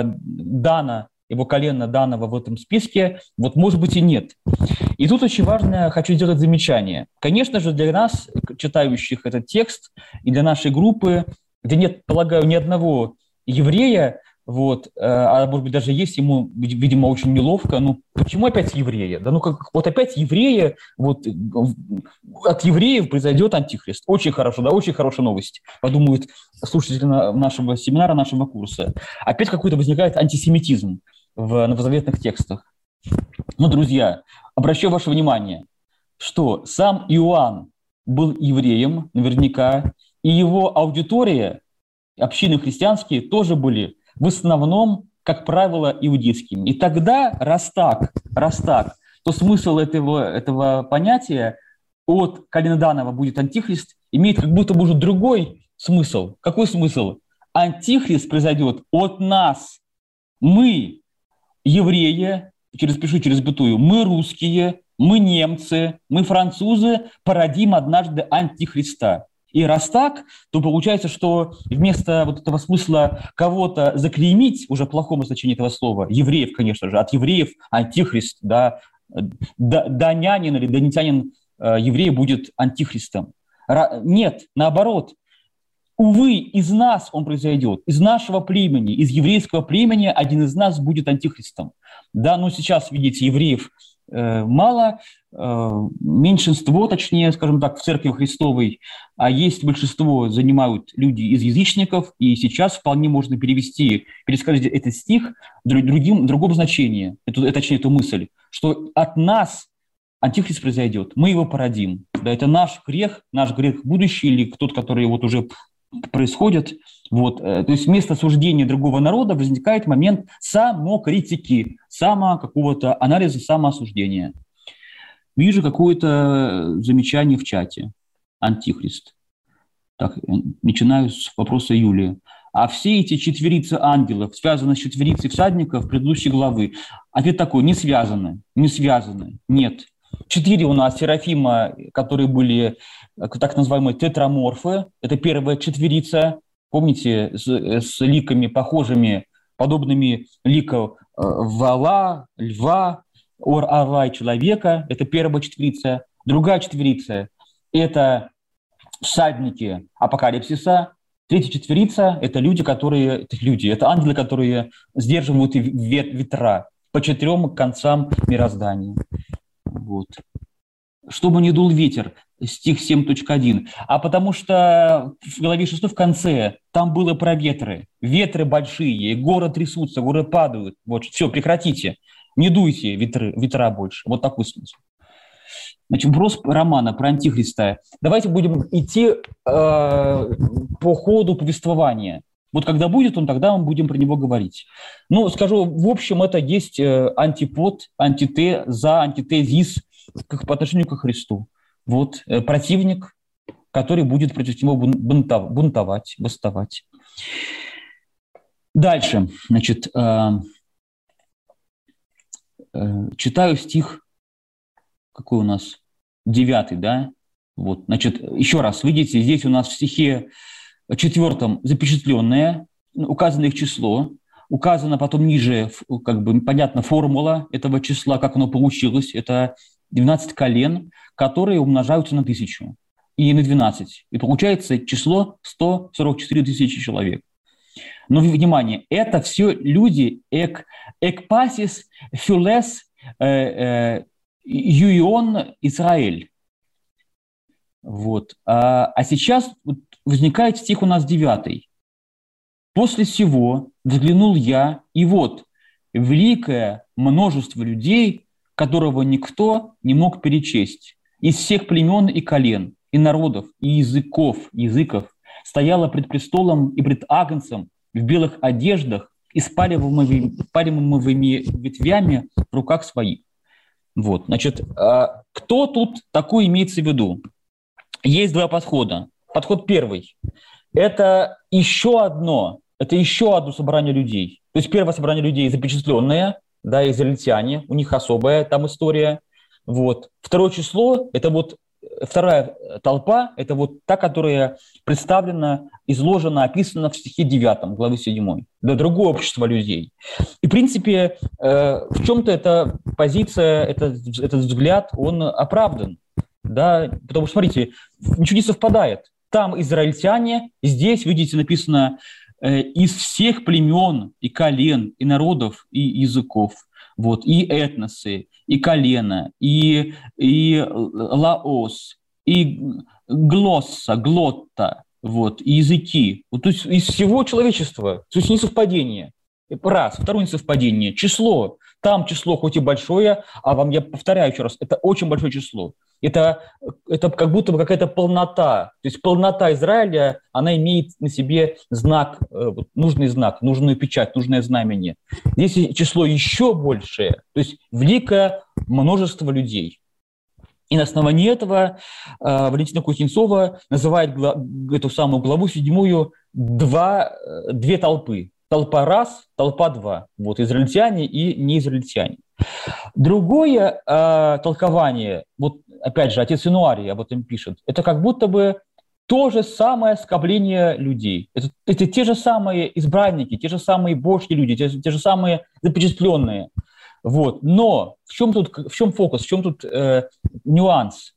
Дана, его колено Данова в этом списке, вот, может быть, и нет. И тут очень важно, хочу сделать замечание. Конечно же, для нас, читающих этот текст, и для нашей группы, где нет, полагаю, ни одного еврея, вот, а может быть даже есть, ему, видимо, очень неловко, ну почему опять евреи? Да ну как, вот опять евреи, вот от евреев произойдет антихрист. Очень хорошо, да, очень хорошая новость, подумают слушатели нашего семинара, нашего курса. Опять какой-то возникает антисемитизм в новозаветных текстах. Ну, друзья, обращаю ваше внимание, что сам Иоанн был евреем, наверняка, и его аудитория, общины христианские, тоже были в основном, как правило, иудейскими. И тогда, раз так, то смысл этого понятия от колена Данова будет антихрист, имеет как будто бы уже другой смысл. Какой смысл? Антихрист произойдет от нас. Мы, евреи, пишу через бытую, мы русские, мы немцы, мы французы, породим однажды антихриста. И раз так, то получается, что вместо вот этого смысла кого-то заклеймить, уже в плохом значении этого слова, евреев, конечно же, от евреев антихрист, да, данянин или донитянин еврей будет антихристом. Нет, наоборот. Увы, из нас он произойдет, из нашего племени, из еврейского племени один из нас будет антихристом. Да, но сейчас, видите, евреев мало, меньшинство, точнее, скажем так, в Церкви Христовой, а есть большинство, занимают люди из язычников, и сейчас вполне можно пересказать этот стих в другом значении, точнее, эту мысль, что от нас антихрист произойдет, мы его породим. Да, это наш грех будущий, или тот, который вот уже происходит. Вот. То есть вместо суждения другого народа возникает момент самокритики, какого-то анализа, самоосуждения. Вижу какое-то замечание в чате. Антихрист. Так, начинаю с вопроса Юлии. А все эти четверицы ангелов связаны с четверицей всадников предыдущей главы? Ответ такой: не связаны, нет. 4 у нас серафима, которые были так называемые тетраморфы. Это первая четверица. Помните, с ликами похожими, подобными ликам вала, льва, орла и человека. Это первая четверица. Другая четверица – это всадники апокалипсиса. Третья четверица – это это ангелы, которые сдерживают ветра по 4 концам мироздания. Вот. Чтобы не дул ветер, стих 7.1. А потому что в главе 6 в конце там было про ветры. Ветры большие, горы трясутся, горы падают. Вот, все, прекратите. Не дуйте ветра больше. Вот такой смысл. Значит, вопрос романа про антихриста. Давайте будем идти по ходу повествования. Вот когда будет он, тогда мы будем про него говорить. Ну, скажу, в общем, это есть антипод, антитезис по отношению к Христу. Вот противник, который будет против него бунтовать, восставать. Дальше, значит, читаю стих, какой у нас, 9, да? Вот, значит, еще раз, видите, здесь у нас в стихе 4 запечатленное, указано их число, указана потом ниже, как бы понятно, формула этого числа, как оно получилось. Это 12 колен, которые умножаются на 1000 и на 12. И получается число 144 тысячи человек. Но, внимание, это все люди экпасис фюлес юион Израиль. Вот. А сейчас возникает стих у нас 9. «После сего взглянул я, и вот великое множество людей, которого никто не мог перечесть, из всех племен и колен, и народов, и языков, стояло пред престолом и пред Агнцем в белых одеждах и с пальмовыми ветвями в руках своих». Вот, значит, кто тут такой имеется в виду? Есть 2 подхода. Подход первый – это еще одно собрание людей. То есть первое собрание людей запечатленное, да, израильтяне, у них особая там история. Вот. Второе число – это вот вторая толпа, это вот та, которая представлена, изложена, описана в стихе 9, главы 7. Да, другое общество людей. И, в принципе, в чем-то эта позиция, этот взгляд, он оправдан. Да? Потому что, смотрите, ничего не совпадает. Там израильтяне, здесь, видите, написано из всех племен и колен, и народов, и языков. Вот, и этносы, и колено, и лаос, и глосса, глотта, вот, и языки. Вот, то есть из всего человечества, то есть несовпадение. Раз. Второе несовпадение. Число. Там число хоть и большое, а вам, я повторяю еще раз, это очень большое число. Это как будто бы какая-то полнота. То есть полнота Израиля, она имеет на себе знак, нужный знак, нужную печать, нужное знамение. Здесь число еще большее, то есть великое множество людей. И на основании этого Валентина Кузнецова называет эту самую главу 7 две толпы. Толпа раз, толпа два. Вот, израильтяне и неизраильтяне. Другое толкование, вот опять же, отец Инуарий об этом пишет, это как будто бы то же самое скопление людей. Это те же самые избранники, те же самые божьи люди, те же самые запечатленные. Вот. Но в чем фокус, в чем тут нюанс?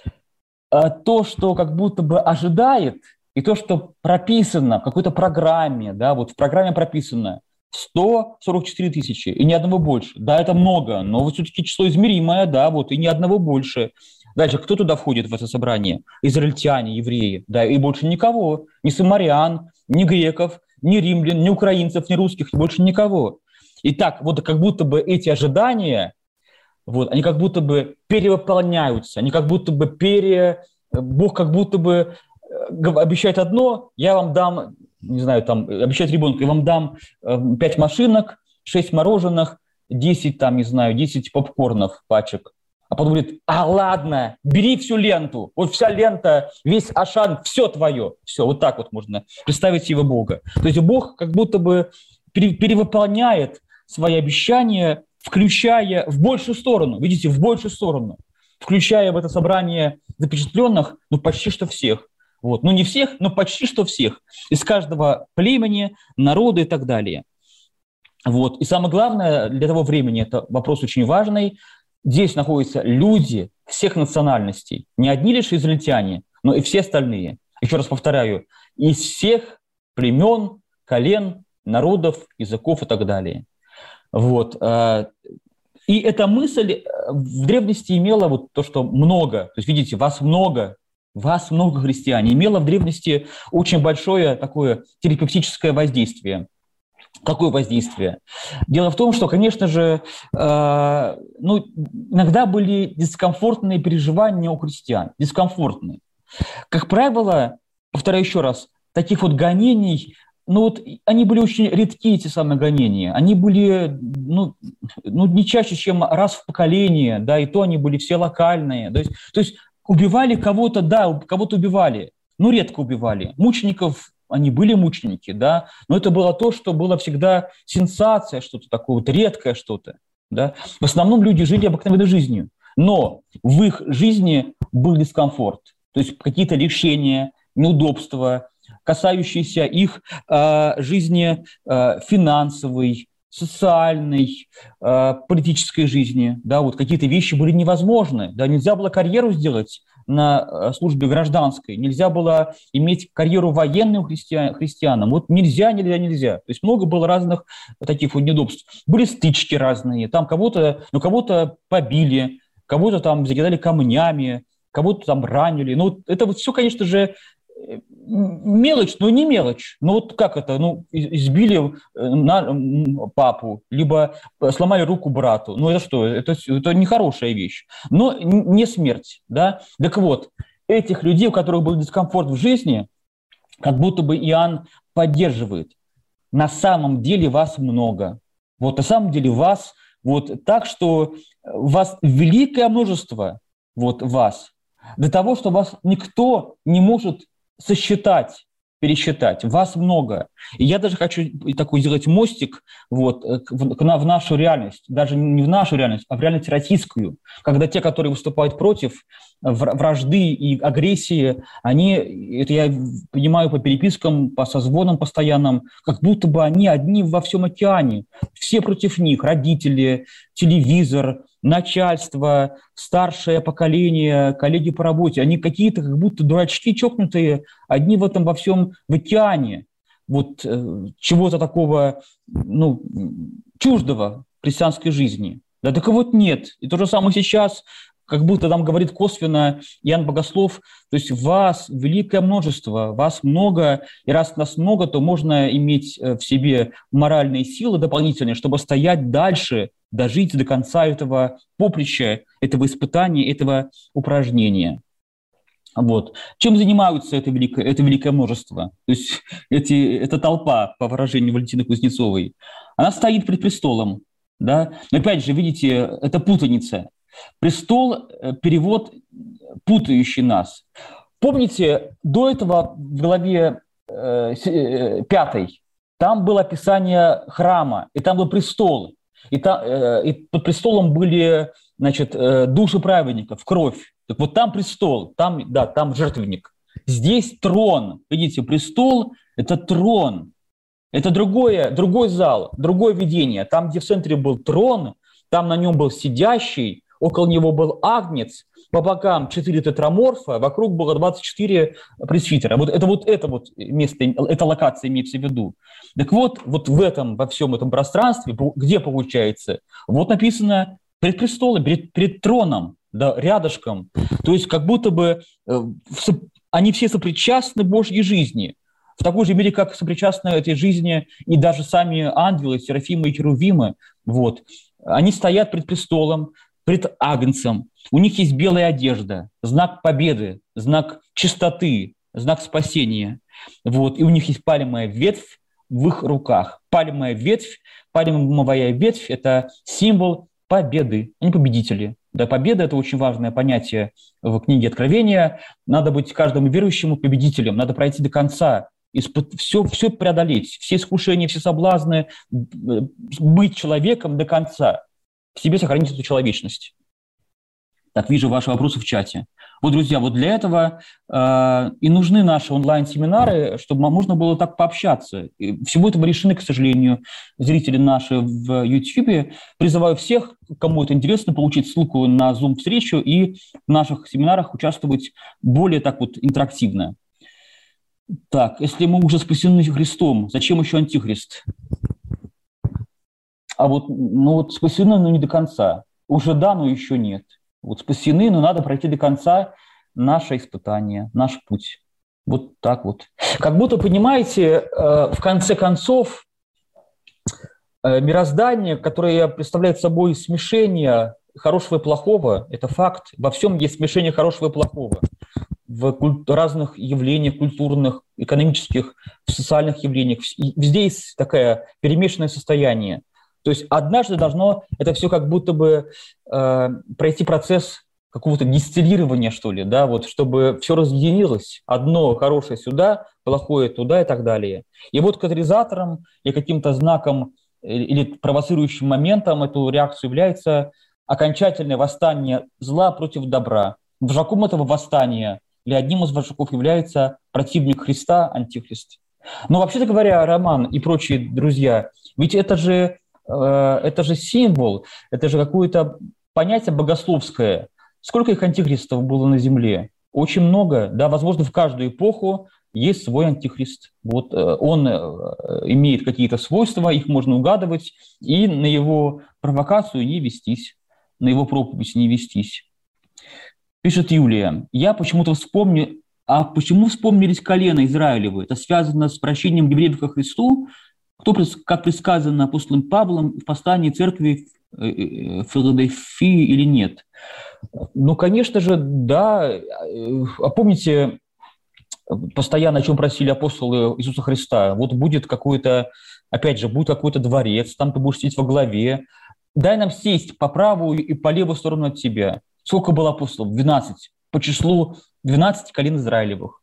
То, что как будто бы ожидает, и то, что прописано в какой-то программе, да, вот в программе прописано 144 тысячи, и ни одного больше. Да, это много, но вот все-таки число измеримое, да, вот, и ни одного больше. Дальше, кто туда входит в это собрание? Израильтяне, евреи, да, и больше никого. Ни самарян, ни греков, ни римлян, ни украинцев, ни русских, больше никого. Итак, вот как будто бы эти ожидания, вот, они как будто бы перевыполняются, они как будто бы Бог как будто бы обещает одно, я вам дам, не знаю, там, обещает ребенку, я вам дам 5 машинок, 6 мороженых, 10, там, не знаю, 10 попкорнов пачек. А потом говорит, ладно, бери всю ленту, вот вся лента, весь Ашан, все твое. Все, вот так вот можно представить себе Бога. То есть Бог как будто бы перевыполняет свои обещания, включая в большую сторону, видите, в большую сторону, включая в это собрание запечатленных, ну, почти что всех. Вот. Ну, не всех, но почти что всех. Из каждого племени, народа и так далее. Вот. И самое главное для того времени, это вопрос очень важный, здесь находятся люди всех национальностей. Не одни лишь израильтяне, но и все остальные. Еще раз повторяю, из всех племен, колен, народов, языков и так далее. Вот. И эта мысль в древности имела вот то, что много. То есть, видите, вас много христиане, имело в древности очень большое такое терапевтическое воздействие. Какое воздействие? Дело в том, что, конечно же, иногда были дискомфортные переживания у христиан, дискомфортные. Как правило, повторяю еще раз, таких вот гонений, они были очень редки, эти самые гонения. Они были, не чаще, чем раз в поколение, да, и то они были все локальные. То есть убивали кого-то, да, кого-то убивали, редко убивали. Мучеников, они были мученики, да, но это было то, что было всегда сенсация, что-то такое, вот редкое что-то, да. В основном люди жили обыкновенной жизнью, но в их жизни был дискомфорт, то есть какие-то лишения, неудобства, касающиеся их жизни финансовой, социальной, политической жизни, да, вот какие-то вещи были невозможны, да, нельзя было карьеру сделать на службе гражданской, нельзя было иметь карьеру военную христианам, вот нельзя. То есть много было разных таких вот неудобств. Были стычки разные, там кого-то побили, кого-то там закидали камнями, кого-то там ранили, это вот все, конечно же, мелочь, но не мелочь. Вот как это? Избили папу, либо сломали руку брату. Это что? Это нехорошая вещь. Но не смерть, да? Так вот, этих людей, у которых был дискомфорт в жизни, как будто бы Иоанн поддерживает. На самом деле вас много. Вот на самом деле вас вот так, что вас великое множество вот вас. До того, что вас никто не может сосчитать, пересчитать. Вас много. И я даже хочу такой сделать мостик вот, в нашу реальность. Даже не в нашу реальность, а в реальность российскую. Когда те, которые выступают против вражды и агрессии, они, это я понимаю по перепискам, по созвонам постоянным, как будто бы они одни во всем океане. Все против них. Родители, телевизор, начальство, старшее поколение, коллеги по работе, они какие-то как будто дурачки чокнутые, одни в этом во всем в океане. Вот чего-то такого, ну, чуждого христианской жизни. Да так вот нет. И то же самое сейчас, как будто там говорит косвенно Иоанн Богослов, то есть вас великое множество, вас много, и раз нас много, то можно иметь в себе моральные силы дополнительные, чтобы стоять дальше, дожить до конца этого поприща, этого испытания, этого упражнения. Вот. Чем занимаются это великое множество? То есть эта толпа, по выражению Валентины Кузнецовой, она стоит пред престолом. Да? Но опять же, видите, это путаница. Престол – перевод, путающий нас. Помните, до этого в главе 5 там было описание храма, и там был престол. И под престолом были, значит, души праведников, кровь. Так вот там престол, там жертвенник. Здесь трон. Видите, престол – это трон. Это другой зал, другое видение. Там, где в центре был трон, там на нем был сидящий, около него был агнец, по бокам 4 тетраморфа, вокруг было 24 пресвитера. Вот это место, эта локация имеется в виду. Так вот во всем этом пространстве, где получается, вот написано перед престолом, перед троном, да, рядышком. То есть как будто бы они все сопричастны Божьей жизни. В такой же мере, как сопричастны этой жизни и даже сами ангелы, серафимы и херувимы. Вот. Они стоят пред престолом, пред агнцем. У них есть белая одежда, знак победы, знак чистоты, знак спасения. Вот. И у них есть пальмовая ветвь в их руках. Пальмовая ветвь – это символ победы. Они победители. Да, победа – это очень важное понятие в книге Откровения. Надо быть каждому верующему победителем, надо пройти до конца, все преодолеть, все искушения, все соблазны, быть человеком до конца, в себе сохранить эту человечность. Так, вижу ваши вопросы в чате. Вот, друзья, вот для этого и нужны наши онлайн-семинары, чтобы можно было так пообщаться. И всего этого лишены, к сожалению, зрители наши в YouTube. Призываю всех, кому это интересно, получить ссылку на Zoom-встречу и в наших семинарах участвовать более так вот интерактивно. Так, если мы уже спасены Христом, зачем еще антихрист? А вот спасены, но не до конца. Уже да, но еще нет. Вот спасены, но надо пройти до конца наше испытание, наш путь. Вот так вот. Как будто, понимаете, в конце концов, мироздание, которое представляет собой смешение хорошего и плохого, это факт. Во всем есть смешение хорошего и плохого. В разных явлениях культурных, экономических, в социальных явлениях. Везде есть такое перемешанное состояние. То есть однажды должно это все как будто бы пройти процесс какого-то дистиллирования, что ли, да, вот, чтобы все разъединилось. Одно хорошее сюда, плохое туда и так далее. И вот катализатором и каким-то знаком или провоцирующим моментом эту реакцию является окончательное восстание зла против добра. Вожаком этого восстания или одним из вожаков является противник Христа, антихрист. Но вообще-то говоря, Роман и прочие друзья, ведь это же символ, это же какое-то понятие богословское. Сколько их антихристов было на земле? Очень много, да, возможно, в каждую эпоху есть свой антихрист. Вот он имеет какие-то свойства, их можно угадывать, и на его провокацию не вестись, на его проповедь не вестись. Пишет Юлия, я почему-то вспомню, а почему вспомнились колена Израилевы? Это связано с прощением евреев ко Христу, как предсказано апостолом Павлом в послании церкви в Филадельфии или нет? Ну, конечно же, да. А помните, постоянно о чем просили апостолы Иисуса Христа? Вот будет какой-то, опять же, будет какой-то дворец, там ты будешь сидеть во главе. Дай нам сесть по правую и по левую сторону от тебя. Сколько было апостолов? 12. По числу 12 колен Израилевых.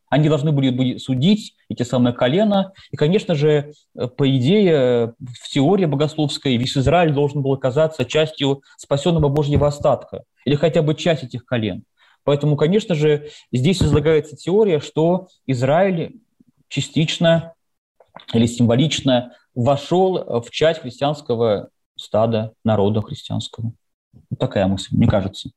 Они должны были судить эти самые колена. И, конечно же, по идее, в теории богословской весь Израиль должен был оказаться частью спасенного Божьего остатка или хотя бы часть этих колен. Поэтому, конечно же, здесь излагается теория, что Израиль частично или символично вошел в часть христианского стада, народа христианского. Вот такая мысль, мне кажется.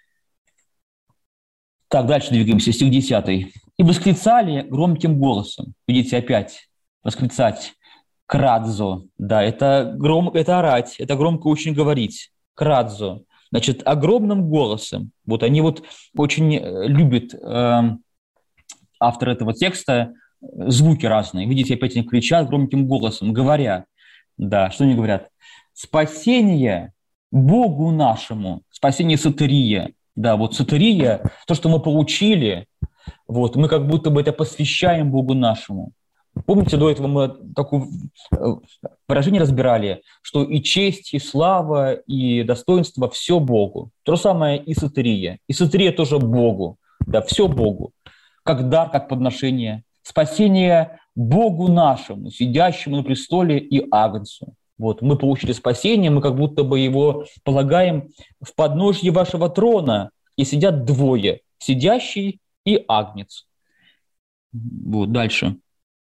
Так, дальше двигаемся, стих 10. «И восклицали громким голосом». Видите, опять восклицать. «Крадзо». Да, это орать, это громко очень говорить. «Крадзо». Значит, огромным голосом. Вот они вот очень любят, автор этого текста, звуки разные. Видите, опять они кричат громким голосом, говоря. Да, что они говорят? «Спасение Богу нашему». Спасение сотерия. Да, вот сотерия, то, что мы получили, вот, мы как будто бы это посвящаем Богу нашему. Помните, до этого мы такое выражение разбирали, что и честь, и слава, и достоинство – все Богу. То же самое и сотерия. И сотерия тоже Богу. Да, все Богу. Как дар, как подношение. Спасение Богу нашему, сидящему на престоле и Агнцу. Вот, мы получили спасение, мы как будто бы его полагаем в подножье вашего трона, и сидят двое, сидящий и Агнец. Вот, дальше.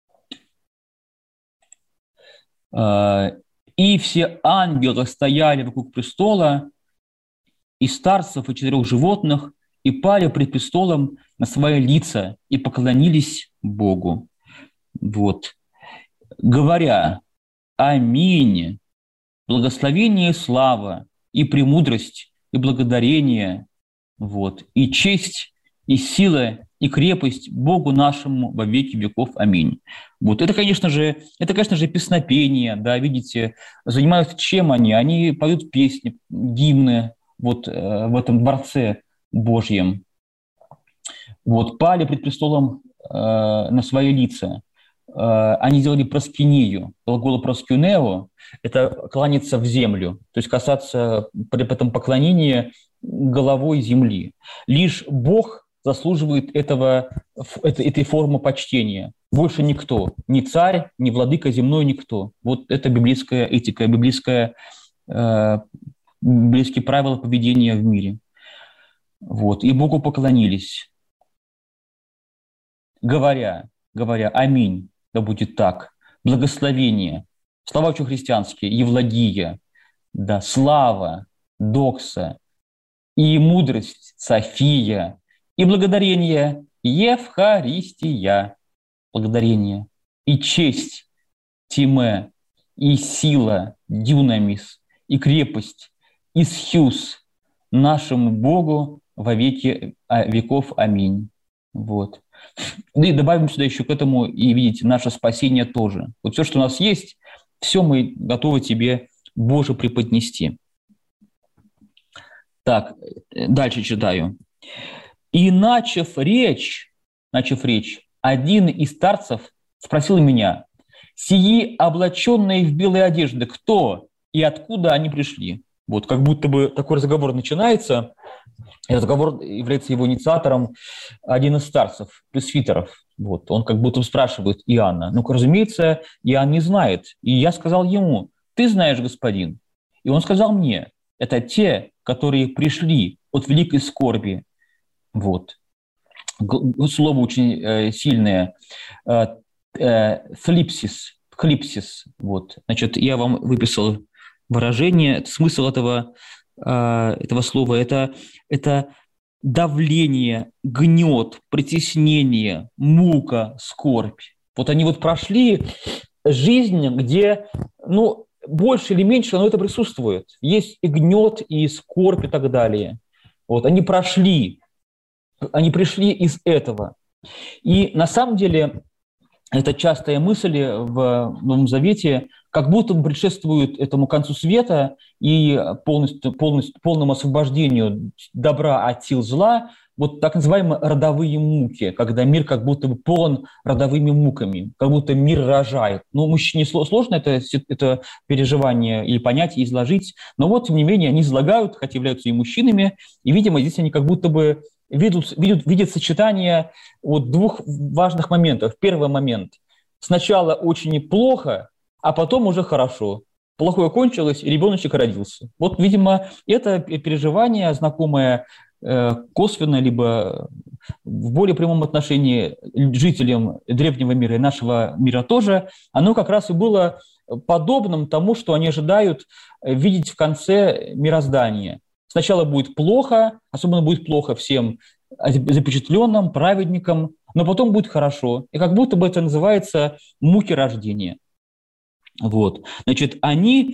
«И все ангелы стояли вокруг престола, и старцев, и 4 животных, и пали пред престолом на свои лица, и поклонились Богу». Вот. Говоря: «Аминь, благословение и слава, и премудрость, и благодарение, вот, и честь, и сила, и крепость Богу нашему во веки веков. Аминь». Вот. Это, конечно же, песнопение, да, видите, занимаются чем они? Они поют песни, гимны вот, в этом дворце Божьем. Вот, пали пред престолом на свои лица. Они делали проскинию. Глагол проскинео – это кланяться в землю, то есть касаться при этом поклонения головой земли. Лишь Бог заслуживает этой формы почтения. Больше никто, ни царь, ни владыка земной, никто. Вот это библейская этика, библейские правила поведения в мире. Вот. И Богу поклонились, говоря: «Аминь, да будет так, благословение». Слова очень христианские: Евлогия, да, слава, докса, и мудрость, София, и благодарение, Евхаристия, благодарение, и честь, Тиме, и сила, Дюнамис, и крепость, и схюс нашему Богу во веки веков. Аминь. Вот. И добавим сюда еще к этому, и видите, наше спасение тоже. Вот все, что у нас есть, все мы готовы тебе, Боже, преподнести. Так, дальше читаю. «И начав речь, один из старцев спросил меня: сии, облаченные в белые одежды, кто и откуда они пришли?» Вот, как будто бы такой разговор начинается. Этот разговор является его инициатором один из старцев, пресвитеров. Вот, он как будто спрашивает Иоанна. Ну, разумеется, Иоанн не знает. И я сказал ему: «Ты знаешь, господин». И он сказал мне: «Это те, которые пришли от великой скорби». Вот. Слово очень сильное. Хлипсис. Вот. Значит, я вам выписал выражение. Смысл этого слова – это давление, гнет, притеснение, мука, скорбь. Вот они вот прошли жизнь, где, ну, больше или меньше, но это присутствует. Есть и гнет, и скорбь, и так далее. Вот они пришли из этого. И на самом деле это частая мысль в Новом Завете, как будто бы предшествует этому концу света и полному освобождению добра от сил зла, вот так называемые родовые муки, когда мир как будто бы полон родовыми муками, как будто мир рожает. Ну, мужчине сложно это переживание или понятие изложить, но вот, тем не менее, они излагают, хотя являются и мужчинами, и, видимо, здесь они как будто бы видят сочетание вот двух важных моментов. Первый момент. Сначала очень плохо, а потом уже хорошо. Плохое кончилось, и ребеночек родился. Вот, видимо, это переживание, знакомое косвенно, либо в более прямом отношении жителям древнего мира и нашего мира тоже, оно как раз и было подобным тому, что они ожидают видеть в конце мироздания. Сначала будет плохо, особенно будет плохо всем запечатленным, праведникам, но потом будет хорошо. И как будто бы это называется муки рождения. Вот. Значит, они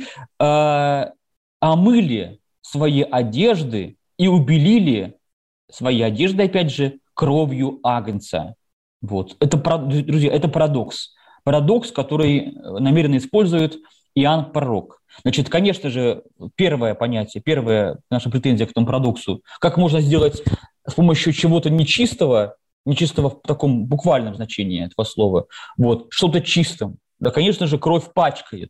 омыли свои одежды и убелили свои одежды, опять же, кровью агнца. Вот. Это, друзья, это парадокс. Парадокс, который намеренно использует Иоанн Пророк. Значит, конечно же, первое понятие, первая наша претензия к этому парадоксу, как можно сделать с помощью чего-то нечистого в таком буквальном значении этого слова, вот, что-то чистым. Да, конечно же, кровь пачкает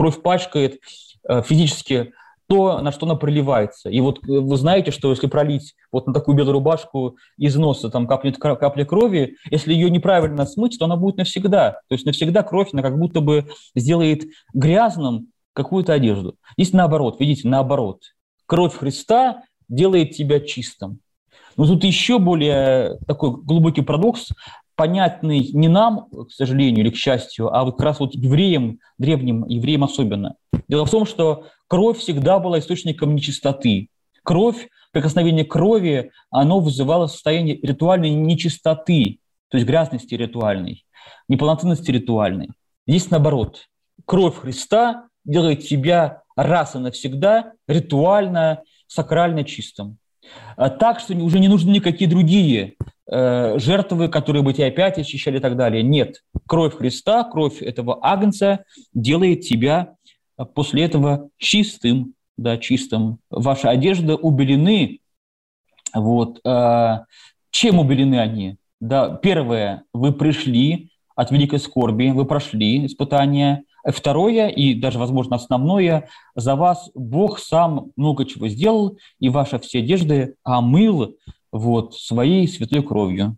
физически то, на что она проливается. И вот вы знаете, что если пролить вот на такую белую рубашку из носа, там капнет капля крови, если ее неправильно смыть, то она будет навсегда. То есть навсегда кровь, она как будто бы сделает грязным какую-то одежду. Здесь наоборот, видите, наоборот. Кровь Христа делает тебя чистым. Но тут еще более такой глубокий парадокс, понятный не нам, к сожалению или к счастью, а вот как раз вот евреям, древним евреям особенно. Дело в том, что кровь всегда была источником нечистоты. Кровь, прикосновение крови, оно вызывало состояние ритуальной нечистоты, то есть грязности ритуальной, неполноценности ритуальной. Здесь наоборот. Кровь Христа делает тебя раз и навсегда ритуально, сакрально чистым. Так что уже не нужны никакие другие жертвы, которые бы тебя опять очищали и так далее. Нет. Кровь Христа, кровь этого агнца делает тебя после этого чистым, да, чистым. Ваши одежды убелены. Вот. Чем убелены они? Да, первое, вы пришли от великой скорби, вы прошли испытания. Второе, и даже, возможно, основное, за вас Бог сам много чего сделал, и ваши все одежды омыл вот, своей святой кровью.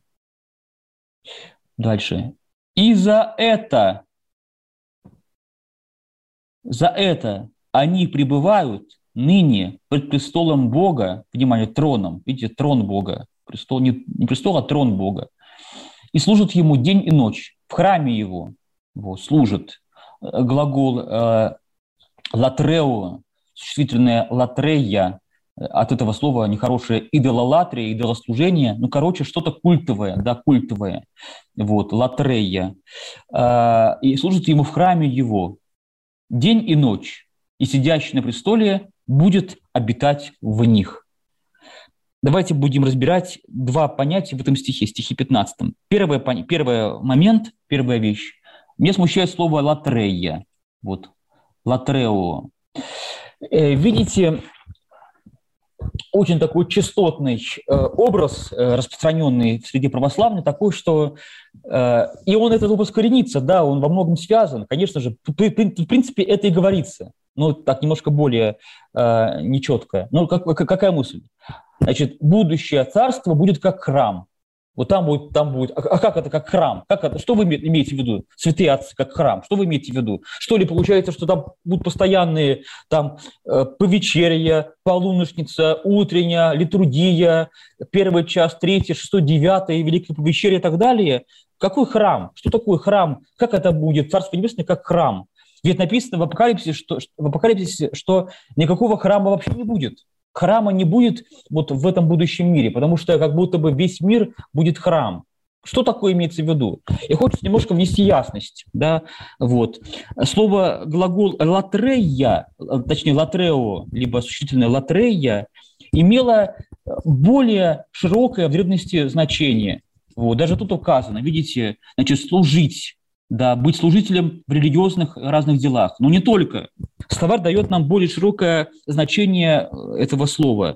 Дальше. И за это они пребывают ныне пред престолом Бога, внимание, троном, видите, трон Бога, престол, не престол, а трон Бога, и служат Ему день и ночь, в храме Его, вот, служат. Глагол «латрео», существительное «латрея», от этого слова нехорошее «идололатрия», «идолослужение», ну, короче, что-то культовое, да, культовое, вот, «латрея», и служит Ему в храме Его день и ночь, и сидящий на престоле будет обитать в них. Давайте будем разбирать два понятия в этом стихе 15. Первый момент, первая вещь. Меня смущает слово «латрея». Вот, «латрео». Видите, очень такой частотный образ, распространенный среди православных, такой, что и он этот образ коренится, да, он во многом связан. Конечно же, в принципе, это и говорится. Ну, так, немножко более нечетко. Ну, какая мысль? Значит, будущее царство будет как храм. Вот там будет. А как это как храм? Как это? Что вы имеете в виду? Святые отцы как храм. Что вы имеете в виду? Что ли получается, что там будут постоянные там повечерия, полуночница, утренняя, литургия, первый час, третий, шестой, девятый, великое повечерие и так далее? Какой храм? Что такое храм? Как это будет? Царство Небесное как храм. Ведь написано в Апокалипсисе, что никакого храма вообще не будет. Храма не будет вот в этом будущем мире, потому что как будто бы весь мир будет храм. Что такое имеется в виду? И хочется немножко внести ясность. Да? Вот. Слово, глагол «латрея», точнее «латрео», либо существительное «латрея», имело более широкое в древности значение. Вот. Даже тут указано, видите, значит, служить. Да, быть служителем в религиозных разных делах. Но не только. Словарь дает нам более широкое значение этого слова.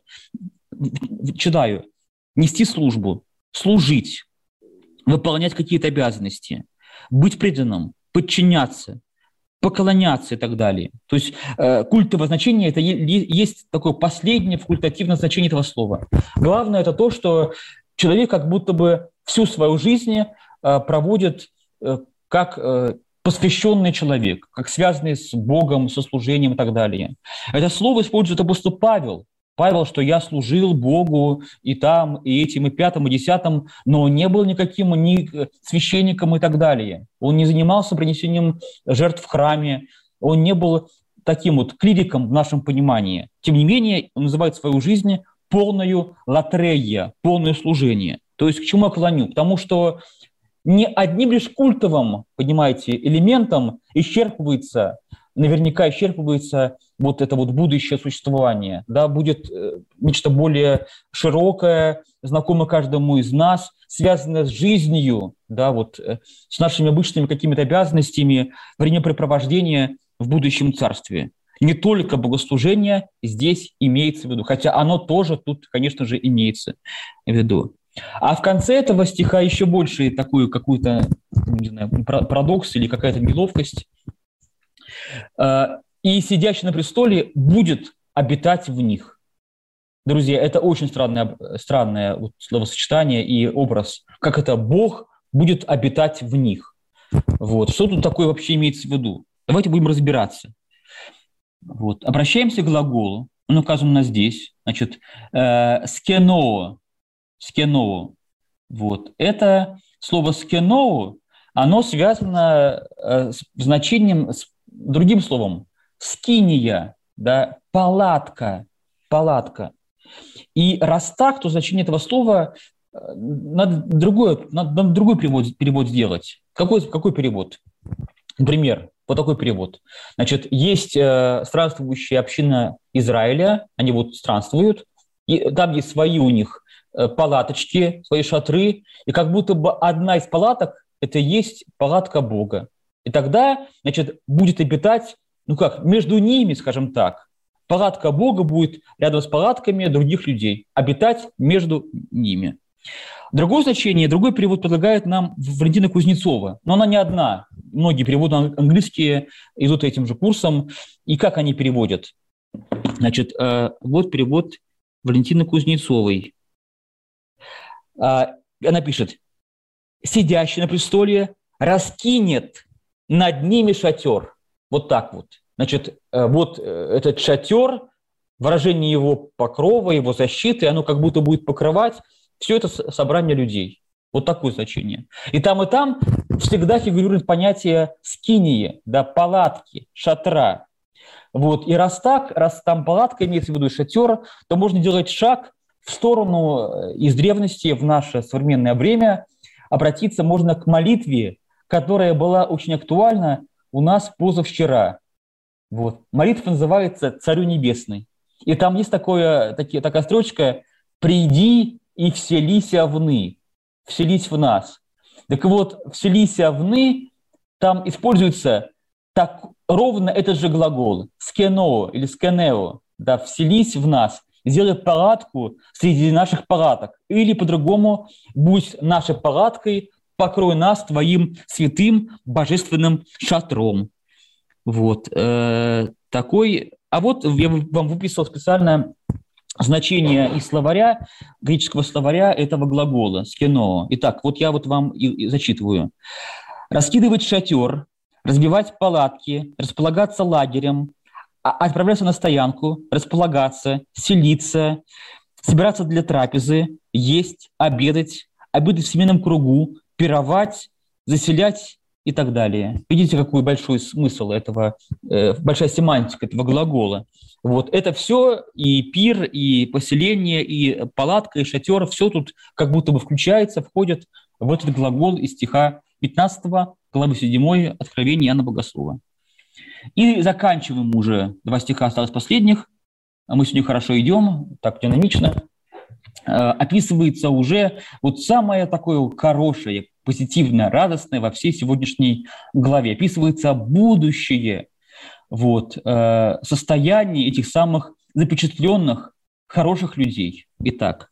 Читаю. Нести службу, служить, выполнять какие-то обязанности, быть преданным, подчиняться, поклоняться и так далее. То есть культовое значение – это есть такое последнее факультативное значение этого слова. Главное – это то, что человек как будто бы всю свою жизнь проводит как посвященный человек, как связанный с Богом, со служением и так далее. Это слово использует апостол Павел. Павел, что я служил Богу и там, и этим, и пятым, и десятым, но не был никаким ни священником и так далее. Он не занимался принесением жертв в храме, он не был таким вот клириком в нашем понимании. Тем не менее, он называет свою жизнь полную латрея, полное служение. То есть к чему я клоню? Потому что не одним лишь культовым, понимаете, элементом наверняка исчерпывается вот это вот будущее существование, да, будет нечто более широкое, знакомое каждому из нас, связанное с жизнью, да, вот с нашими обычными какими-то обязанностями, времяпрепровождения в будущем царстве. Не только богослужение здесь имеется в виду, хотя оно тоже тут, конечно же, имеется в виду. А в конце этого стиха еще больше такую какую-то, не знаю, парадокс или какая-то неловкость. «И сидящий на престоле будет обитать в них». Друзья, это очень странное вот словосочетание и образ. Как это Бог будет обитать в них? Вот. Что тут такое вообще имеется в виду? Давайте будем разбираться. Вот. Обращаемся к глаголу. Он указан у нас здесь. Значит, скеноо. Скеноо. Вот. Это слово скеноо, оно связано с значением, с другим словом, скиния, да, палатка, палатка. И раз так, то значение этого слова надо другой перевод сделать. Какой перевод? Например, вот такой перевод. Значит, есть странствующая община Израиля, они вот странствуют, и там есть свои у них палаточки, свои шатры, и как будто бы одна из палаток – это и есть палатка Бога. И тогда, значит, будет обитать, между ними, скажем так, палатка Бога будет рядом с палатками других людей, обитать между ними. Другое значение, другой перевод предлагает нам Валентина Кузнецова, но она не одна. Многие переводы английские идут этим же курсом. И как они переводят? Значит, вот перевод Валентины Кузнецовой. Она пишет: «Сидящий на престоле раскинет над ними шатер». Вот так вот. Значит, вот этот шатер, выражение его покрова, его защиты, оно как будто будет покрывать все это собрание людей. Вот такое значение. И там всегда фигурирует понятие скинии, да, палатки, шатра. Вот. И раз там палатка имеется в виду шатер, то можно делать шаг в сторону из древности в наше современное время, обратиться можно к молитве, которая была очень актуальна у нас позавчера. Вот. Молитва называется «Царю небесный». И там есть такая строчка «Приди и вселися вны», «вселись в нас». Так вот, «вселися вны» там используется ровно этот же глагол «скеноо» или «скенео», да, «вселись в нас», «сделай палатку среди наших палаток», или по-другому «будь нашей палаткой, покрой нас твоим святым божественным шатром». Вот. Такой. А вот я вам выписал специально значение из словаря, греческого словаря этого глагола «скеноо». Итак, вот я вот вам и зачитываю. «Раскидывать шатер, разбивать палатки, располагаться лагерем, отправляться на стоянку, располагаться, селиться, собираться для трапезы, есть, обедать в семейном кругу, пировать, заселять» и так далее. Видите, какой большой смысл этого, большая семантика этого глагола. Вот это все, и пир, и поселение, и палатка, и шатер, все тут как будто бы входит в этот глагол из стиха 15 главы 7 Откровения Иоанна Богослова. И заканчиваем уже. 2 стиха осталось последних. Мы сегодня хорошо идем, так динамично. Описывается уже вот самое такое хорошее, позитивное, радостное во всей сегодняшней главе. Описывается будущее, вот, состояние этих самых запечатленных, хороших людей. Итак,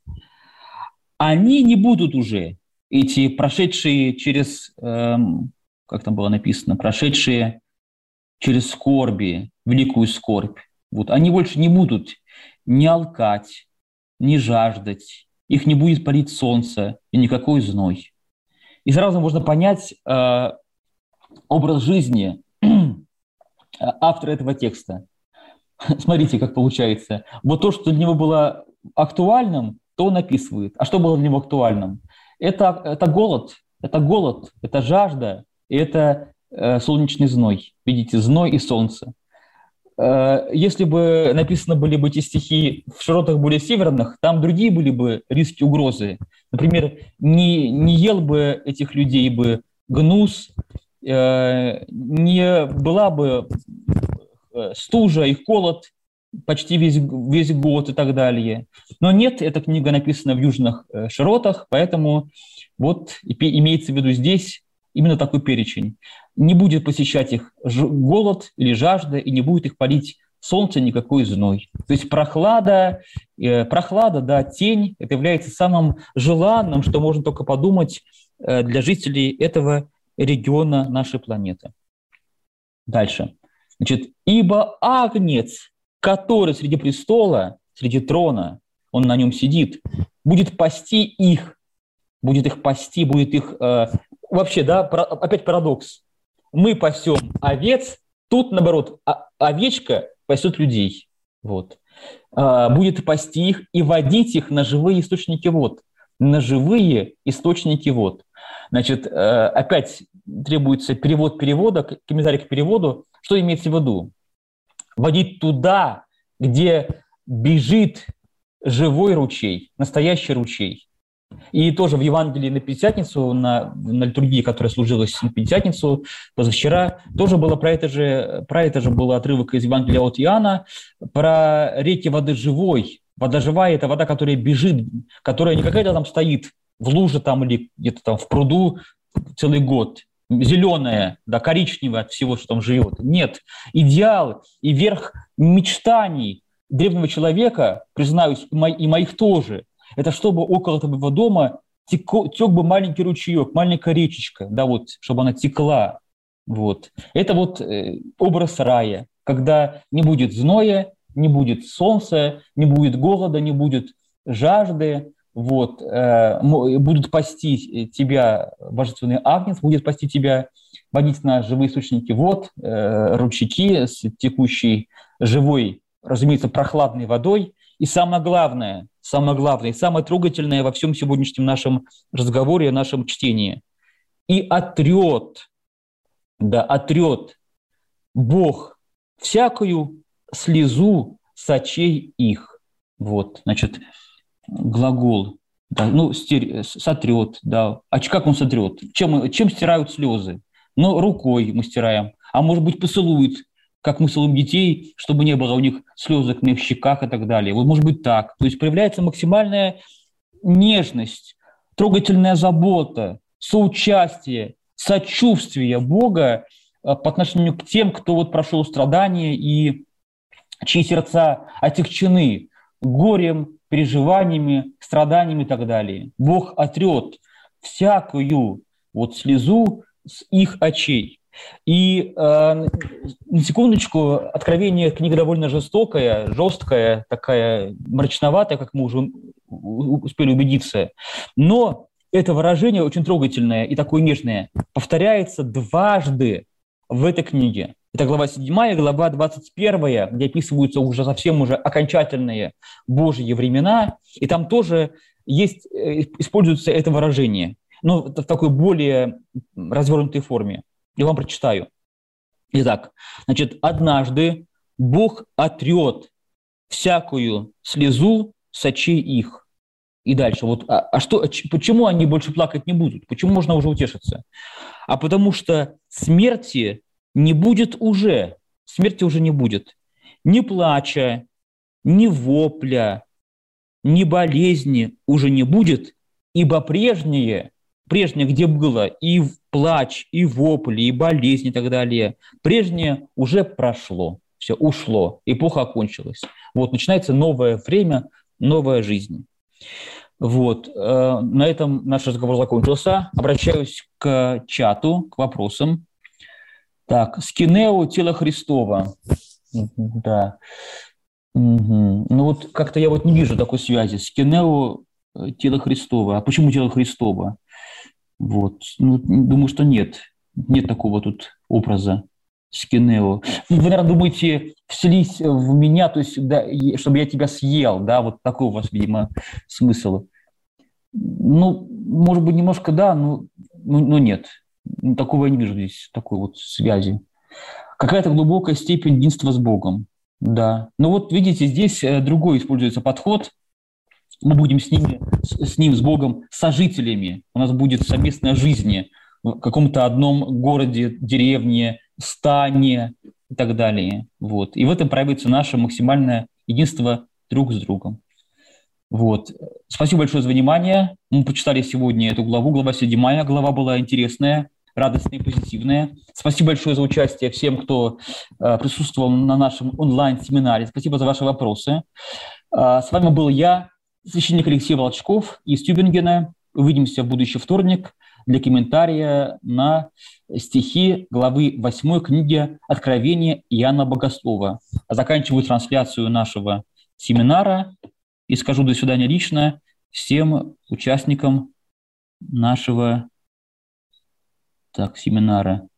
они не будут уже, эти прошедшие через, как там было написано, прошедшие через скорби, великую скорбь. Вот. Они больше не будут ни алкать, ни жаждать, их не будет палить солнце и никакой зной. И сразу можно понять образ жизни автора этого текста. Смотрите, как получается. Вот то, что для него было актуальным, то он описывает. А что было для него актуальным? Это голод, это жажда, и это солнечный зной. Видите, зной и солнце. Если бы написаны были бы эти стихи в широтах более северных, там другие были бы риски, угрозы. Например, не ел бы этих людей бы гнус, не была бы стужа и холод почти весь год и так далее. Но нет, эта книга написана в южных широтах, поэтому вот имеется в виду здесь именно такой перечень. Не будет посещать их голод или жажда, и не будет их палить солнце никакой зной. То есть прохлада, да, тень, это является самым желанным, что можно только подумать для жителей этого региона нашей планеты. Дальше. Значит, «Ибо агнец, который среди престола, среди трона, он на нем сидит, будет пасти их, будет их пасти, будет их...» Вообще, да, опять парадокс. Мы пасем овец, тут, наоборот, овечка пасет людей. Вот. Будет пасти их и водить их на живые источники вод. На живые источники вод. Значит, опять требуется перевод перевода, комментарий к переводу. Что имеется в виду? Водить туда, где бежит живой ручей, настоящий ручей. И тоже в Евангелии на Пятидесятницу, на литургии, которая служилась на Пятидесятницу, позавчера, тоже было про это же был отрывок из Евангелия от Иоанна, про реки воды живой. Вода живая – это вода, которая бежит, которая не какая-то там стоит в луже там или где-то там в пруду целый год. Зеленая, да, коричневая от всего, что там живет. Нет. Идеал и верх мечтаний древнего человека, признаюсь, и моих тоже, это чтобы около твоего дома тек бы маленький ручеек, маленькая речечка, да, вот, чтобы она текла. Вот. Это вот образ рая, когда не будет зноя, не будет солнца, не будет голода, не будет жажды. Вот. Будут пасти тебя, божественный агнец, будет пасти тебя, водить на живые источники вод, ручейки с текущей живой, разумеется, прохладной водой. И самое главное, и самое трогательное во всем сегодняшнем нашем разговоре, нашем чтении. И отрет Бог всякую слезу с очей их. Вот, значит, глагол, да, сотрет, да. А как он сотрет? Чем стирают слезы? Ну, рукой мы стираем, а может быть, поцелует, как мы целуем детей, чтобы не было у них слезок на их щеках и так далее. Вот может быть так. То есть проявляется максимальная нежность, трогательная забота, соучастие, сочувствие Бога по отношению к тем, кто вот прошел страдания и чьи сердца отягчены горем, переживаниями, страданиями и так далее. Бог отрет всякую вот слезу с их очей. И на секундочку, Откровение — книга довольно жесткая, такая мрачноватая, как мы уже успели убедиться. Но это выражение очень трогательное и такое нежное повторяется дважды в этой книге. Это глава 7, глава 21, где описываются уже совсем уже окончательные Божьи времена. И там тоже используется это выражение, но в такой более развернутой форме. Я вам прочитаю. Итак, значит, однажды Бог отрет всякую слезу с очей их. И дальше. Вот, почему они больше плакать не будут? Почему можно уже утешиться? А потому что смерти не будет уже. Смерти уже не будет. Ни плача, ни вопля, ни болезни уже не будет, ибо прежнее, где было и плач, и вопли, и болезни и так далее, прежнее уже прошло, все ушло, эпоха окончилась. Вот начинается новое время, новая жизнь. Вот. На этом наш разговор закончился. Обращаюсь к чату, к вопросам. Так, скинео тело Христова. Да. Мгм. Ну вот как-то я вот не вижу такой связи. Скинео тело Христова. А почему тело Христова? Вот. Ну, думаю, что нет. Нет такого тут образа скинео. Вы, наверное, думаете, вселись в меня, то есть, да, чтобы я тебя съел, да, вот такой у вас, видимо, смысл. Ну, может быть, немножко да, но нет. Такого я не вижу здесь, такой вот связи. Какая-то глубокая степень единства с Богом. Да. Но вот видите, здесь другой используется подход. Мы будем с ним, с Богом, сожителями. У нас будет совместная жизнь в каком-то одном городе, деревне, стане и так далее. Вот. И в этом проявится наше максимальное единство друг с другом. Вот. Спасибо большое за внимание. Мы почитали сегодня эту главу, глава 7. Глава была интересная, радостная и позитивная. Спасибо большое за участие всем, кто присутствовал на нашем онлайн-семинаре. Спасибо за ваши вопросы. С вами был я, священник Алексей Волчков из Тюбингена. Увидимся в будущий вторник для комментария на стихи главы 8 книги Откровения Иоанна Богослова. Заканчиваю трансляцию нашего семинара и скажу до свидания лично всем участникам нашего семинара.